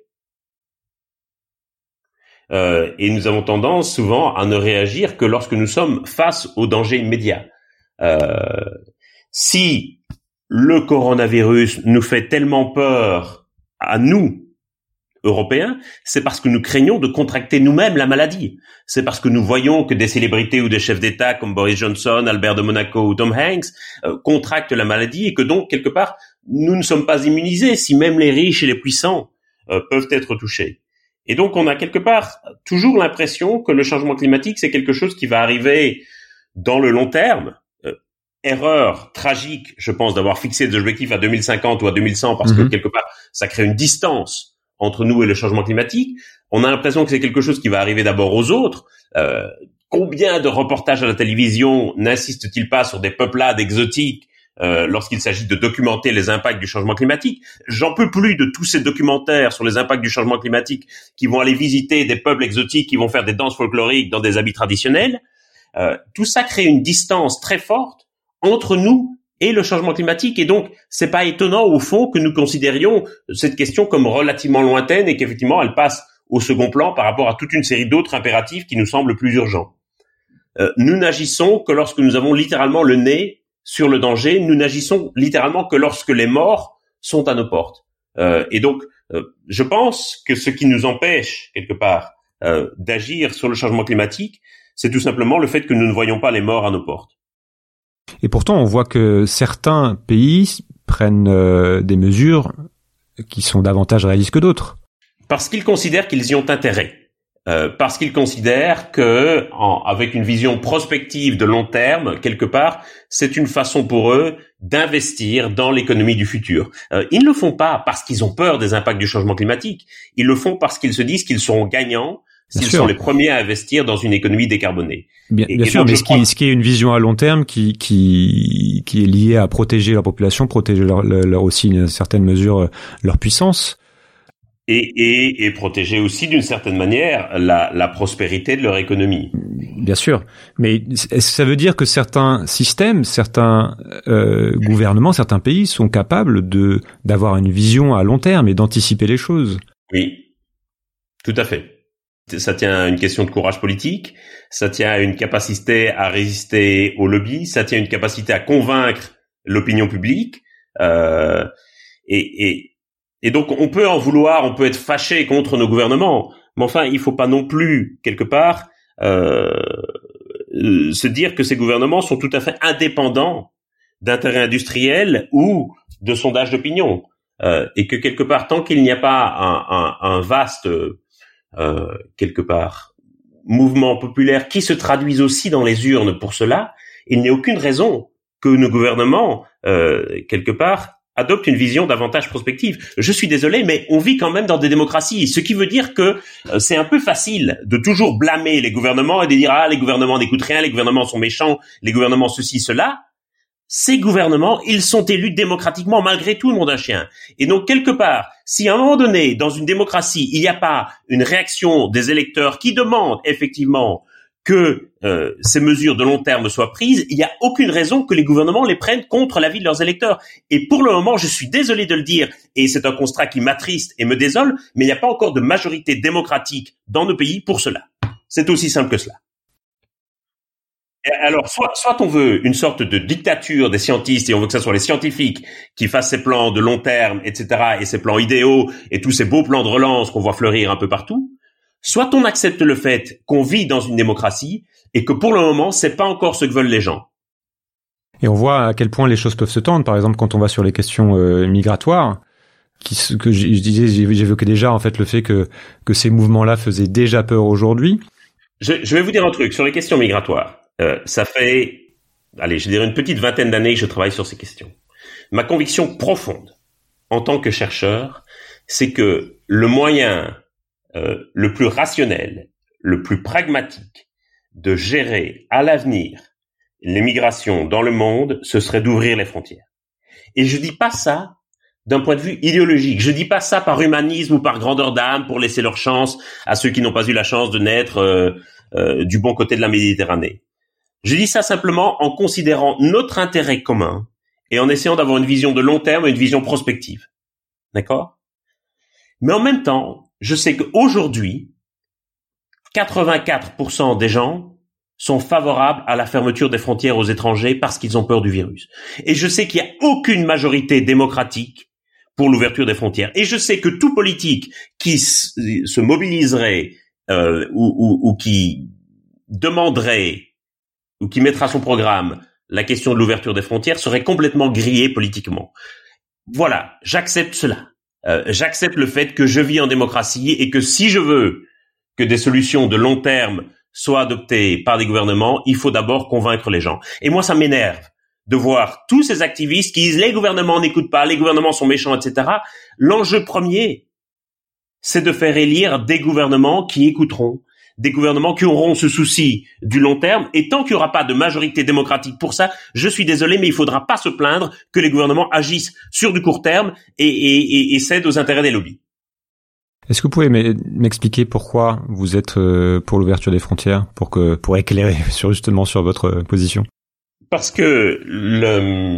Euh, et nous avons tendance souvent à ne réagir que lorsque nous sommes face au danger immédiat. Euh, si le coronavirus nous fait tellement peur à nous, Européens, c'est parce que nous craignons de contracter nous-mêmes la maladie. C'est parce que nous voyons que des célébrités ou des chefs d'État comme Boris Johnson, Albert de Monaco ou Tom Hanks euh, contractent la maladie et que donc, quelque part, nous ne sommes pas immunisés si même les riches et les puissants euh, peuvent être touchés. Et donc, on a quelque part toujours l'impression que le changement climatique, c'est quelque chose qui va arriver dans le long terme. Euh, erreur tragique, je pense, d'avoir fixé des objectifs à deux mille cinquante ou à deux mille cent parce mmh. que, quelque part, ça crée une distance entre nous et le changement climatique. On a l'impression que c'est quelque chose qui va arriver d'abord aux autres. Euh, combien de reportages à la télévision n'insistent-ils pas sur des peuplades exotiques euh, lorsqu'il s'agit de documenter les impacts du changement climatique ? J'en peux plus de tous ces documentaires sur les impacts du changement climatique qui vont aller visiter des peuples exotiques, qui vont faire des danses folkloriques dans des habits traditionnels. Euh, tout ça crée une distance très forte entre nous et le changement climatique. Et donc, c'est pas étonnant, au fond, que nous considérions cette question comme relativement lointaine et qu'effectivement, elle passe au second plan par rapport à toute une série d'autres impératifs qui nous semblent plus urgents. Euh, nous n'agissons que lorsque nous avons littéralement le nez sur le danger. Nous n'agissons littéralement que lorsque les morts sont à nos portes. Euh, et donc, euh, je pense que ce qui nous empêche, quelque part, euh, d'agir sur le changement climatique, c'est tout simplement le fait que nous ne voyons pas les morts à nos portes. Et pourtant, on voit que certains pays prennent euh, des mesures qui sont davantage réalistes que d'autres. Parce qu'ils considèrent qu'ils y ont intérêt. Euh, parce qu'ils considèrent que, en, avec une vision prospective de long terme, quelque part, c'est une façon pour eux d'investir dans l'économie du futur. Euh, ils ne le font pas parce qu'ils ont peur des impacts du changement climatique. Ils le font parce qu'ils se disent qu'ils seront gagnants s'ils sont les premiers à investir dans une économie décarbonée. Bien, et, bien et sûr, mais ce crois... qui, ce qui est une vision à long terme qui, qui, qui est liée à protéger leur population, protéger leur, leur, leur aussi une certaine mesure leur puissance. Et, et, et protéger aussi d'une certaine manière la, la prospérité de leur économie. Bien sûr, mais est-ce que ça veut dire que certains systèmes, certains euh, gouvernements, certains pays sont capables de d'avoir une vision à long terme et d'anticiper les choses? Oui, tout à fait. Ça tient à une question de courage politique, ça tient à une capacité à résister aux lobbies, ça tient à une capacité à convaincre l'opinion publique, euh, et, et Et donc, on peut en vouloir, on peut être fâché contre nos gouvernements, mais enfin, il faut pas non plus, quelque part, euh, se dire que ces gouvernements sont tout à fait indépendants d'intérêts industriels ou de sondages d'opinion, euh, et que quelque part, tant qu'il n'y a pas un, un, un vaste, euh, quelque part, mouvement populaire qui se traduise aussi dans les urnes pour cela, il n'y a aucune raison que nos gouvernements, euh, quelque part, adopte une vision davantage prospective. Je suis désolé, mais on vit quand même dans des démocraties, ce qui veut dire que euh, c'est un peu facile de toujours blâmer les gouvernements et de dire « Ah, les gouvernements n'écoutent rien, les gouvernements sont méchants, les gouvernements ceci, cela ». Ces gouvernements, ils sont élus démocratiquement malgré tout, le nom d'un chien. Et donc, quelque part, si à un moment donné, dans une démocratie, il n'y a pas une réaction des électeurs qui demandent effectivement que euh, ces mesures de long terme soient prises, il n'y a aucune raison que les gouvernements les prennent contre l'avis de leurs électeurs. Et pour le moment, je suis désolé de le dire, et c'est un constat qui m'attriste et me désole, mais il n'y a pas encore de majorité démocratique dans nos pays pour cela. C'est aussi simple que cela. Et alors, soit, soit on veut une sorte de dictature des scientistes, et on veut que ce soit les scientifiques qui fassent ces plans de long terme, et cetera, et ces plans idéaux, et tous ces beaux plans de relance qu'on voit fleurir un peu partout, soit on accepte le fait qu'on vit dans une démocratie et que pour le moment, c'est pas encore ce que veulent les gens. Et on voit à quel point les choses peuvent se tendre. Par exemple, quand on va sur les questions euh, migratoires, qui, que je, je disais, j'évoquais déjà en fait le fait que que ces mouvements-là faisaient déjà peur aujourd'hui. Je, je vais vous dire un truc sur les questions migratoires. Euh, ça fait, allez, je dirais une petite vingtaine d'années que je travaille sur ces questions. Ma conviction profonde, en tant que chercheur, c'est que le moyen Euh, le plus rationnel, le plus pragmatique de gérer à l'avenir les migrations dans le monde, ce serait d'ouvrir les frontières. Et je dis pas ça d'un point de vue idéologique. Je dis pas ça par humanisme ou par grandeur d'âme pour laisser leur chance à ceux qui n'ont pas eu la chance de naître euh, euh, du bon côté de la Méditerranée. Je dis ça simplement en considérant notre intérêt commun et en essayant d'avoir une vision de long terme et une vision prospective. D'accord ? Mais en même temps, je sais qu'aujourd'hui, quatre-vingt-quatre pour cent des gens sont favorables à la fermeture des frontières aux étrangers parce qu'ils ont peur du virus. Et je sais qu'il n'y a aucune majorité démocratique pour l'ouverture des frontières. Et je sais que tout politique qui se mobiliserait euh, ou, ou, ou qui demanderait ou qui mettra son programme la question de l'ouverture des frontières serait complètement grillé politiquement. Voilà, j'accepte cela. Euh, j'accepte le fait que je vis en démocratie et que si je veux que des solutions de long terme soient adoptées par des gouvernements, il faut d'abord convaincre les gens. Et moi, ça m'énerve de voir tous ces activistes qui disent les gouvernements n'écoutent pas, les gouvernements sont méchants, et cetera. L'enjeu premier, c'est de faire élire des gouvernements qui écouteront, des gouvernements qui auront ce souci du long terme, et tant qu'il n'y aura pas de majorité démocratique pour ça, je suis désolé, mais il ne faudra pas se plaindre que les gouvernements agissent sur du court terme et, et, et, et cèdent aux intérêts des lobbies. Est-ce que vous pouvez m'expliquer pourquoi vous êtes pour l'ouverture des frontières, pour que pour éclairer sur justement sur votre position? Parce que le,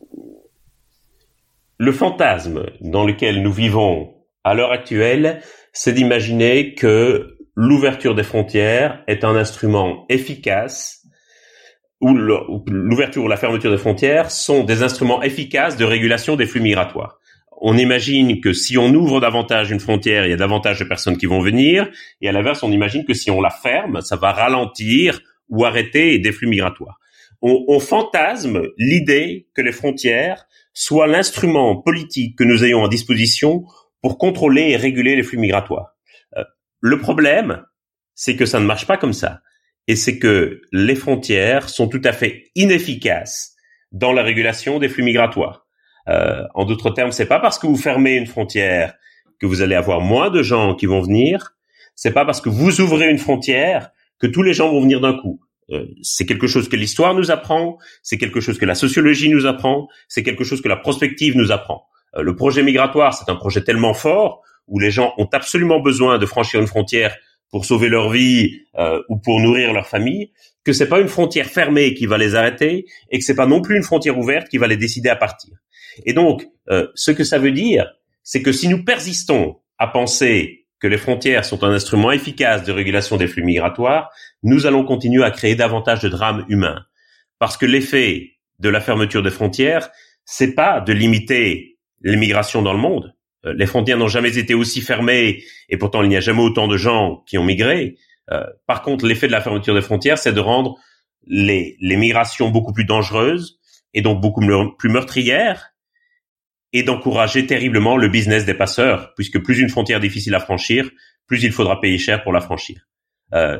le fantasme dans lequel nous vivons à l'heure actuelle, c'est d'imaginer que l'ouverture des frontières est un instrument efficace, ou l'ouverture ou la fermeture des frontières sont des instruments efficaces de régulation des flux migratoires. on imagine que si on ouvre davantage une frontière, il y a davantage de personnes qui vont venir, et à l'inverse, on imagine que si on la ferme, ça va ralentir ou arrêter des flux migratoires. On, on fantasme l'idée que les frontières soient l'instrument politique que nous ayons à disposition pour contrôler et réguler les flux migratoires. Euh, le problème, c'est que ça ne marche pas comme ça, et c'est que les frontières sont tout à fait inefficaces dans la régulation des flux migratoires. Euh, en d'autres termes, c'est pas parce que vous fermez une frontière que vous allez avoir moins de gens qui vont venir. C'est pas parce que vous ouvrez une frontière que tous les gens vont venir d'un coup. Euh, c'est quelque chose que l'histoire nous apprend, c'est quelque chose que la sociologie nous apprend, c'est quelque chose que la prospective nous apprend. Euh, le projet migratoire, c'est un projet tellement fort où les gens ont absolument besoin de franchir une frontière pour sauver leur vie euh, ou pour nourrir leur famille, que c'est pas une frontière fermée qui va les arrêter et que c'est pas non plus une frontière ouverte qui va les décider à partir. Et donc, euh, ce que ça veut dire, c'est que si nous persistons à penser que les frontières sont un instrument efficace de régulation des flux migratoires, nous allons continuer à créer davantage de drames humains. Parce que l'effet de la fermeture des frontières, c'est pas de limiter l'immigration dans le monde. Euh, les frontières n'ont jamais été aussi fermées et pourtant il n'y a jamais autant de gens qui ont migré. Euh, par contre, l'effet de la fermeture des frontières, c'est de rendre les, les migrations beaucoup plus dangereuses et donc beaucoup plus meurtrières, et d'encourager terriblement le business des passeurs, puisque plus une frontière est difficile à franchir, plus il faudra payer cher pour la franchir. Euh,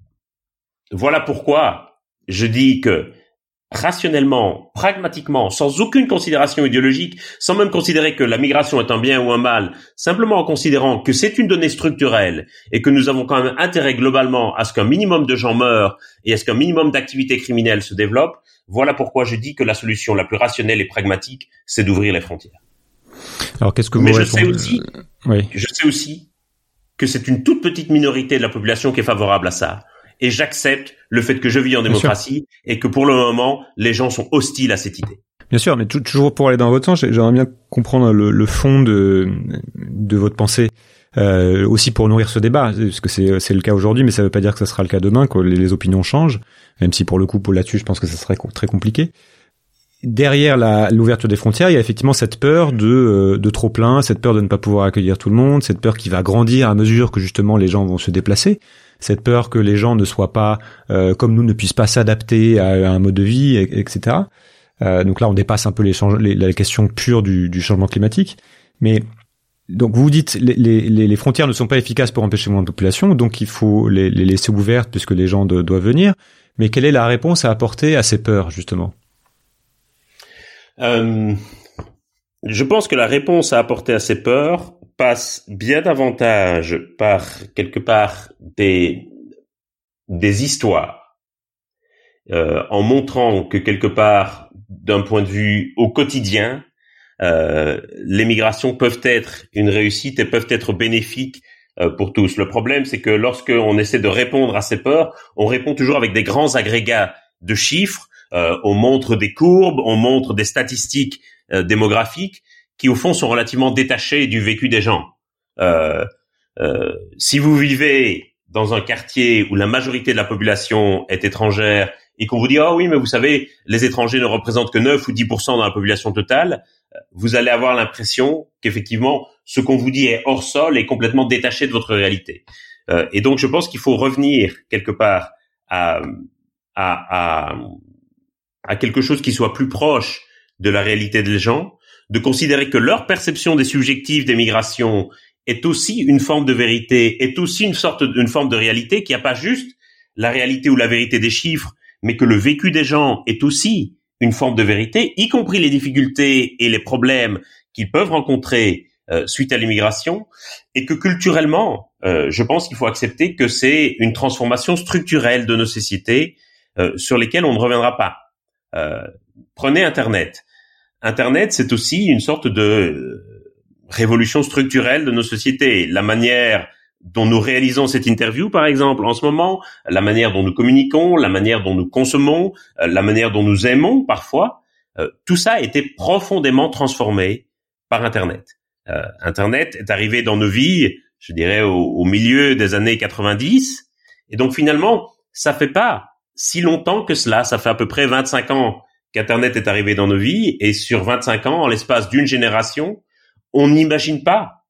voilà pourquoi je dis que rationnellement, pragmatiquement, sans aucune considération idéologique, sans même considérer que la migration est un bien ou un mal, simplement en considérant que c'est une donnée structurelle et que nous avons quand même intérêt globalement à ce qu'un minimum de gens meurent et à ce qu'un minimum d'activités criminelles se développent, voilà pourquoi je dis que la solution la plus rationnelle et pragmatique, c'est d'ouvrir les frontières. Alors qu'est-ce que vous Mais je répondez... sais aussi, oui. je sais aussi que c'est une toute petite minorité de la population qui est favorable à ça. Et j'accepte le fait que je vis en démocratie et que pour le moment, les gens sont hostiles à cette idée. Bien sûr, mais toujours pour aller dans votre sens, j'aimerais bien comprendre le, le fond de, de votre pensée, euh, aussi pour nourrir ce débat, parce que c'est, c'est le cas aujourd'hui, mais ça ne veut pas dire que ça sera le cas demain, que les, les opinions changent, même si pour le coup, pour là-dessus, je pense que ça serait très compliqué. Derrière la, l'ouverture des frontières, il y a effectivement cette peur de, de trop plein, cette peur de ne pas pouvoir accueillir tout le monde, cette peur qui va grandir à mesure que justement les gens vont se déplacer, cette peur que les gens ne soient pas, euh, comme nous, ne puissent pas s'adapter à, à un mode de vie, et, etc. Euh, donc là, on dépasse un peu les change- les, la question pure du, du changement climatique. Mais donc vous dites les, les, les frontières ne sont pas efficaces pour empêcher moins de population, donc il faut les, les laisser ouvertes puisque les gens de, doivent venir. Mais quelle est la réponse à apporter à ces peurs, justement ? Euh, je pense que la réponse à apporter à ces peurs passe bien davantage par quelque part des des histoires, euh, en montrant que quelque part, d'un point de vue au quotidien, euh, les migrations peuvent être une réussite et peuvent être bénéfiques euh, pour tous. Le problème, c'est que lorsque on essaie de répondre à ces peurs, on répond toujours avec des grands agrégats de chiffres. Euh, on montre des courbes, on montre des statistiques euh, démographiques qui, au fond, sont relativement détachées du vécu des gens. Euh, euh, si vous vivez dans un quartier où la majorité de la population est étrangère et qu'on vous dit « Ah oui, mais vous savez, les étrangers ne représentent que neuf ou dix pour cent dans la population totale », vous allez avoir l'impression qu'effectivement, ce qu'on vous dit est hors sol et complètement détaché de votre réalité. Euh, et donc, je pense qu'il faut revenir quelque part à... à, à à quelque chose qui soit plus proche de la réalité des gens, de considérer que leur perception des subjectifs des migrations est aussi une forme de vérité, est aussi une sorte d'une forme de réalité, qu'il n'y a pas juste la réalité ou la vérité des chiffres, mais que le vécu des gens est aussi une forme de vérité, y compris les difficultés et les problèmes qu'ils peuvent rencontrer euh, suite à l'immigration, et que culturellement, euh, je pense qu'il faut accepter que c'est une transformation structurelle de nos sociétés euh, sur lesquelles on ne reviendra pas. Euh, prenez Internet. Internet, c'est aussi une sorte de euh, révolution structurelle de nos sociétés. La manière dont nous réalisons cette interview, par exemple, en ce moment, la manière dont nous communiquons, la manière dont nous consommons, euh, la manière dont nous aimons parfois, euh, tout ça a été profondément transformé par Internet. Euh, Internet est arrivé dans nos vies, je dirais, au, au milieu des années quatre-vingt-dix, et donc finalement, ça fait pas si longtemps que cela, ça fait à peu près vingt-cinq ans qu'Internet est arrivé dans nos vies, et sur vingt-cinq ans, en l'espace d'une génération, on n'imagine pas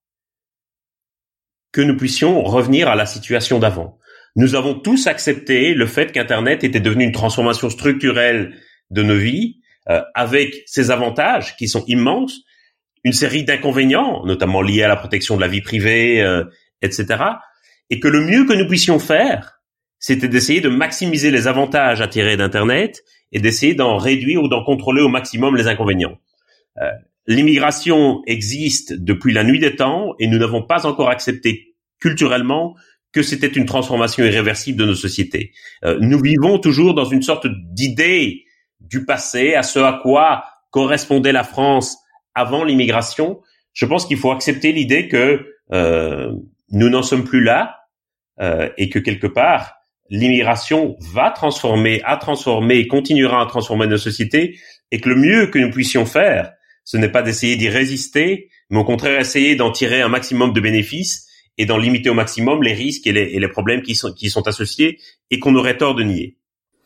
que nous puissions revenir à la situation d'avant. Nous avons tous accepté le fait qu'Internet était devenu une transformation structurelle de nos vies, euh, avec ses avantages qui sont immenses, une série d'inconvénients, notamment liés à la protection de la vie privée, euh, et cetera. Et que le mieux que nous puissions faire, c'était d'essayer de maximiser les avantages à tirer d'Internet et d'essayer d'en réduire ou d'en contrôler au maximum les inconvénients. Euh, l'immigration existe depuis la nuit des temps et nous n'avons pas encore accepté culturellement que c'était une transformation irréversible de nos sociétés. Euh, nous vivons toujours dans une sorte d'idée du passé, à ce à quoi correspondait la France avant l'immigration. Je pense qu'il faut accepter l'idée que euh, nous n'en sommes plus là euh, et que quelque part, l'immigration va transformer, a transformé et continuera à transformer nos sociétés, et que le mieux que nous puissions faire, ce n'est pas d'essayer d'y résister, mais au contraire essayer d'en tirer un maximum de bénéfices et d'en limiter au maximum les risques et les, et les problèmes qui sont, qui sont associés et qu'on aurait tort de nier.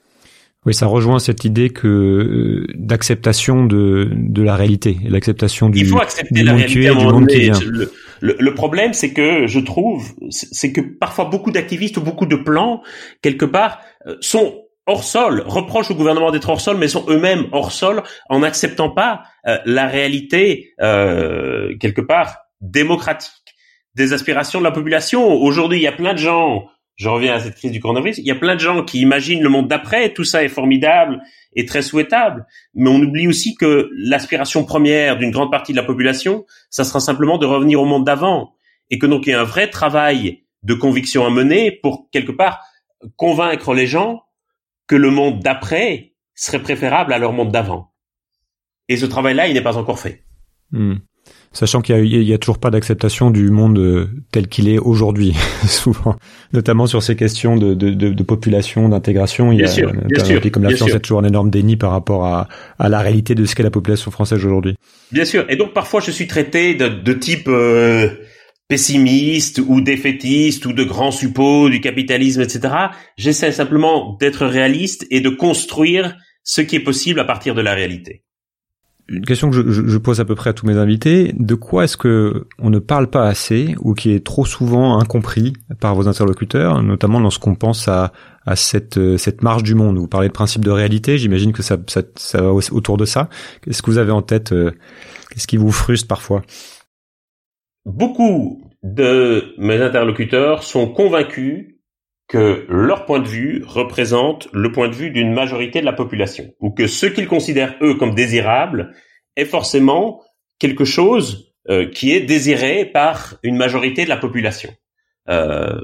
Oui, ça rejoint cette idée que euh, d'acceptation de de la réalité, l'acceptation du, Il faut accepter du la monde réalité qui est, du monde qui vient. Le, le, le problème, c'est que je trouve, c'est que parfois beaucoup d'activistes ou beaucoup de plans, quelque part, sont hors sol, reprochent au gouvernement d'être hors sol, mais sont eux-mêmes hors sol en n'acceptant pas euh, la réalité, euh, quelque part, démocratique des aspirations de la population. Aujourd'hui, il y a plein de gens... Je reviens à cette crise du coronavirus. Il y a plein de gens qui imaginent le monde d'après. Tout ça est formidable et très souhaitable. Mais on oublie aussi que l'aspiration première d'une grande partie de la population, ça sera simplement de revenir au monde d'avant. Et que donc il y a un vrai travail de conviction à mener pour, quelque part, convaincre les gens que le monde d'après serait préférable à leur monde d'avant. Et ce travail-là, il n'est pas encore fait. Mmh. Sachant qu'il y a, il y a toujours pas d'acceptation du monde tel qu'il est aujourd'hui, souvent, notamment sur ces questions de, de, de, de population, d'intégration. Il y a, bien sûr, bien un pays comme la bien France, sûr. il y a toujours un énorme déni par rapport à, à la réalité de ce qu'est la population française aujourd'hui. Bien sûr. Et donc parfois je suis traité de, de type euh, pessimiste ou défaitiste ou de grand suppôt du capitalisme, et cetera. J'essaie simplement d'être réaliste et de construire ce qui est possible à partir de la réalité. Une question que je, je, je pose à peu près à tous mes invités, de quoi est-ce que on ne parle pas assez ou qui est trop souvent incompris par vos interlocuteurs, notamment lorsqu'on pense à, à cette, cette marge du monde? Vous parlez de principe de réalité, j'imagine que ça, ça, ça va autour de ça. Qu'est-ce que vous avez en tête? Qu'est-ce qui vous frustre parfois? Beaucoup de mes interlocuteurs sont convaincus que leur point de vue représente le point de vue d'une majorité de la population, ou que ce qu'ils considèrent, eux, comme désirable est forcément quelque chose euh, qui est désiré par une majorité de la population. Euh,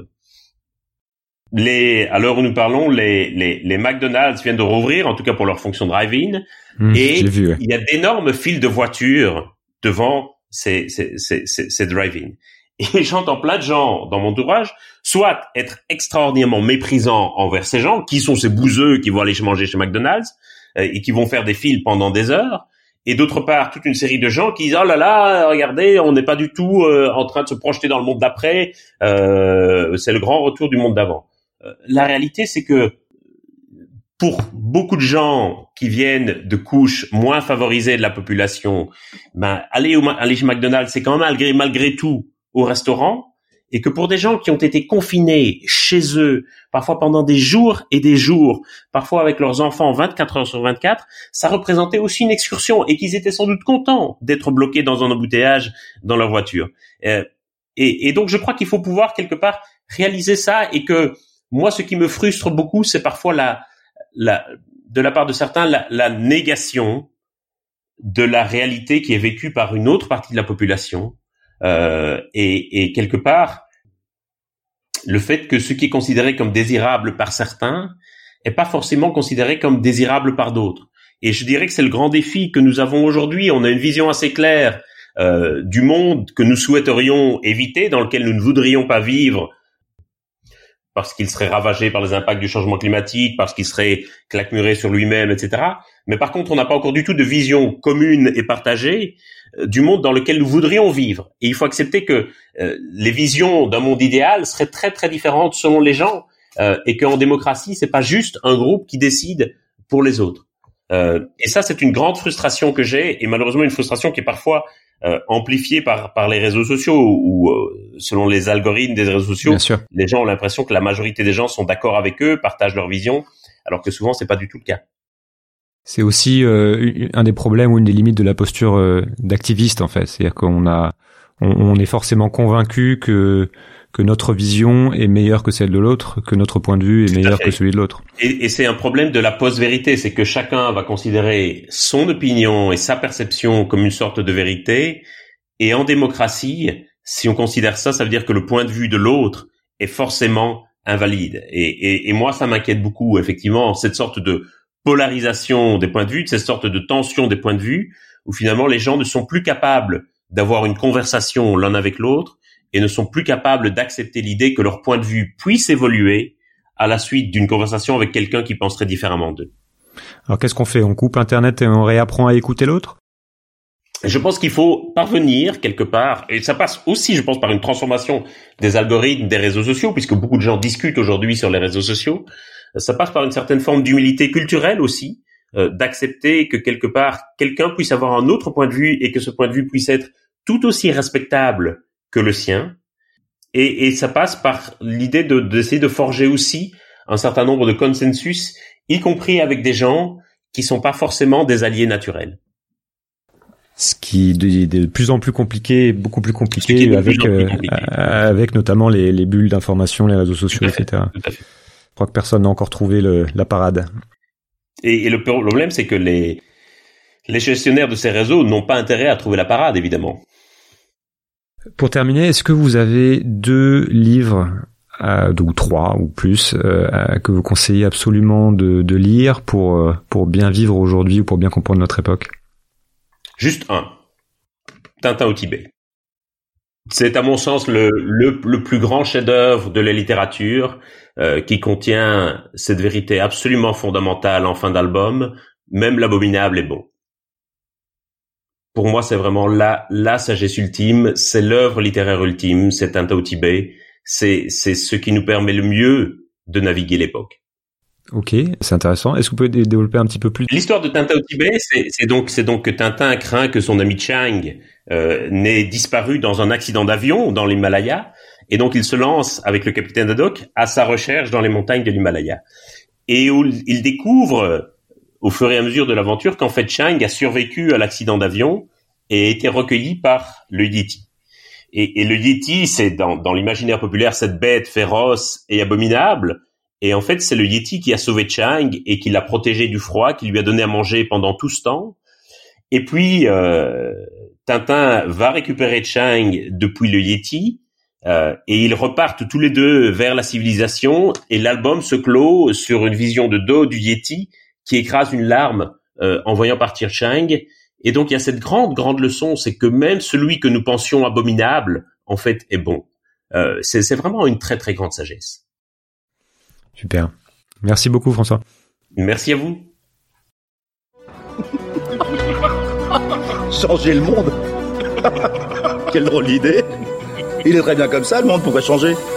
les, à l'heure où nous parlons, les, les, les McDonald's viennent de rouvrir, en tout cas pour leur fonction drive-in, mmh, et j'ai vu, ouais. Il y a d'énormes files de voitures devant ces, ces, ces, ces, ces drive-in. Et j'entends plein de gens dans mon entourage soit être extraordinairement méprisants envers ces gens, qui sont ces bouseux qui vont aller manger chez McDonald's euh, et qui vont faire des files pendant des heures, et d'autre part toute une série de gens qui disent « Oh là là, regardez, on n'est pas du tout euh, en train de se projeter dans le monde d'après, euh, c'est le grand retour du monde d'avant. Euh, » La réalité, c'est que pour beaucoup de gens qui viennent de couches moins favorisées de la population, ben aller, au, aller chez McDonald's, c'est quand même malgré, malgré tout au restaurant, et que pour des gens qui ont été confinés chez eux, parfois pendant des jours et des jours, parfois avec leurs enfants vingt-quatre heures sur vingt-quatre, ça représentait aussi une excursion, et qu'ils étaient sans doute contents d'être bloqués dans un embouteillage dans leur voiture. Euh, et, et donc je crois qu'il faut pouvoir quelque part réaliser ça, et que moi ce qui me frustre beaucoup, c'est parfois la, la de la part de certains la, la négation de la réalité qui est vécue par une autre partie de la population. Euh, et, et quelque part, le fait que ce qui est considéré comme désirable par certains est pas forcément considéré comme désirable par d'autres. Et je dirais que c'est le grand défi que nous avons aujourd'hui. On a une vision assez claire euh, du monde que nous souhaiterions éviter, dans lequel nous ne voudrions pas vivre, parce qu'il serait ravagé par les impacts du changement climatique, parce qu'il serait claquemuré sur lui-même, et cetera. Mais par contre, on n'a pas encore du tout de vision commune et partagée euh, du monde dans lequel nous voudrions vivre. Et il faut accepter que euh, les visions d'un monde idéal seraient très très différentes selon les gens, euh, et qu'en démocratie, c'est pas juste un groupe qui décide pour les autres. Euh, et ça, c'est une grande frustration que j'ai, et malheureusement une frustration qui est parfois euh, amplifiée par par les réseaux sociaux, où euh, selon les algorithmes des réseaux sociaux, les gens ont l'impression que la majorité des gens sont d'accord avec eux, partagent leur vision, alors que souvent c'est pas du tout le cas. C'est aussi euh, un des problèmes ou une des limites de la posture euh, d'activiste, en fait. C'est-à-dire qu'on a, on, on est forcément convaincu que que notre vision est meilleure que celle de l'autre, que notre point de vue est meilleur que celui de l'autre. Et, et c'est un problème de la post-vérité, c'est que chacun va considérer son opinion et sa perception comme une sorte de vérité. Et en démocratie, si on considère ça, ça veut dire que le point de vue de l'autre est forcément invalide. Et, et, et moi, ça m'inquiète beaucoup, effectivement, cette sorte de polarisation des points de vue, de cette sorte de tension des points de vue, où finalement les gens ne sont plus capables d'avoir une conversation l'un avec l'autre, et ne sont plus capables d'accepter l'idée que leur point de vue puisse évoluer à la suite d'une conversation avec quelqu'un qui penserait différemment d'eux. Alors qu'est-ce qu'on fait? On coupe Internet et on réapprend à écouter l'autre? Je pense qu'il faut parvenir quelque part, et ça passe aussi, je pense, par une transformation des algorithmes des réseaux sociaux, puisque beaucoup de gens discutent aujourd'hui sur les réseaux sociaux. Ça passe par une certaine forme d'humilité culturelle aussi, euh, d'accepter que quelque part, quelqu'un puisse avoir un autre point de vue et que ce point de vue puisse être tout aussi respectable que le sien, et, et ça passe par l'idée de, d'essayer de forger aussi un certain nombre de consensus, y compris avec des gens qui sont pas forcément des alliés naturels. Ce qui est de plus en plus compliqué, beaucoup plus compliqué avec plus euh, compliqué. avec notamment les, les bulles d'information, les réseaux sociaux, et cetera. Tout à fait. Je crois que personne n'a encore trouvé le, la parade. Et, et le problème, c'est que les les gestionnaires de ces réseaux n'ont pas intérêt à trouver la parade, évidemment. Pour terminer, est-ce que vous avez deux livres, euh, deux ou trois ou plus, euh, que vous conseillez absolument de, de lire pour euh, pour bien vivre aujourd'hui ou pour bien comprendre notre époque? Juste un. Tintin au Tibet. C'est à mon sens le le, le plus grand chef-d'œuvre de la littérature, euh, qui contient cette vérité absolument fondamentale en fin d'album. Même l'abominable est bon. Pour moi, c'est vraiment la, la sagesse ultime, c'est l'œuvre littéraire ultime, c'est Tintin au Tibet, c'est, c'est ce qui nous permet le mieux de naviguer l'époque. Ok, c'est intéressant. Est-ce que vous pouvez développer un petit peu plus? L'histoire de Tintin au Tibet, c'est, c'est donc, c'est donc que Tintin craint que son ami Chang euh, n'ait disparu dans un accident d'avion dans l'Himalaya, et donc il se lance avec le capitaine Haddock à sa recherche dans les montagnes de l'Himalaya. Et où il découvre, au fur et à mesure de l'aventure, qu'en fait Chang a survécu à l'accident d'avion et a été recueilli par le Yéti. Et, et le Yéti, c'est dans, dans l'imaginaire populaire cette bête féroce et abominable. Et en fait, c'est le Yéti qui a sauvé Chang et qui l'a protégé du froid, qui lui a donné à manger pendant tout ce temps. Et puis, euh, Tintin va récupérer Chang depuis le Yéti euh, et ils repartent tous les deux vers la civilisation. Et l'album se clôt sur une vision de dos du Yéti qui écrase une larme euh, en voyant partir Chang. Et donc, il y a cette grande, grande leçon, c'est que même celui que nous pensions abominable, en fait, est bon. Euh, c'est, c'est vraiment une très, très grande sagesse. Super. Merci beaucoup, François. Merci à vous. Changer le monde. Quelle drôle d'idée. Il est très bien comme ça, le monde, pourquoi changer?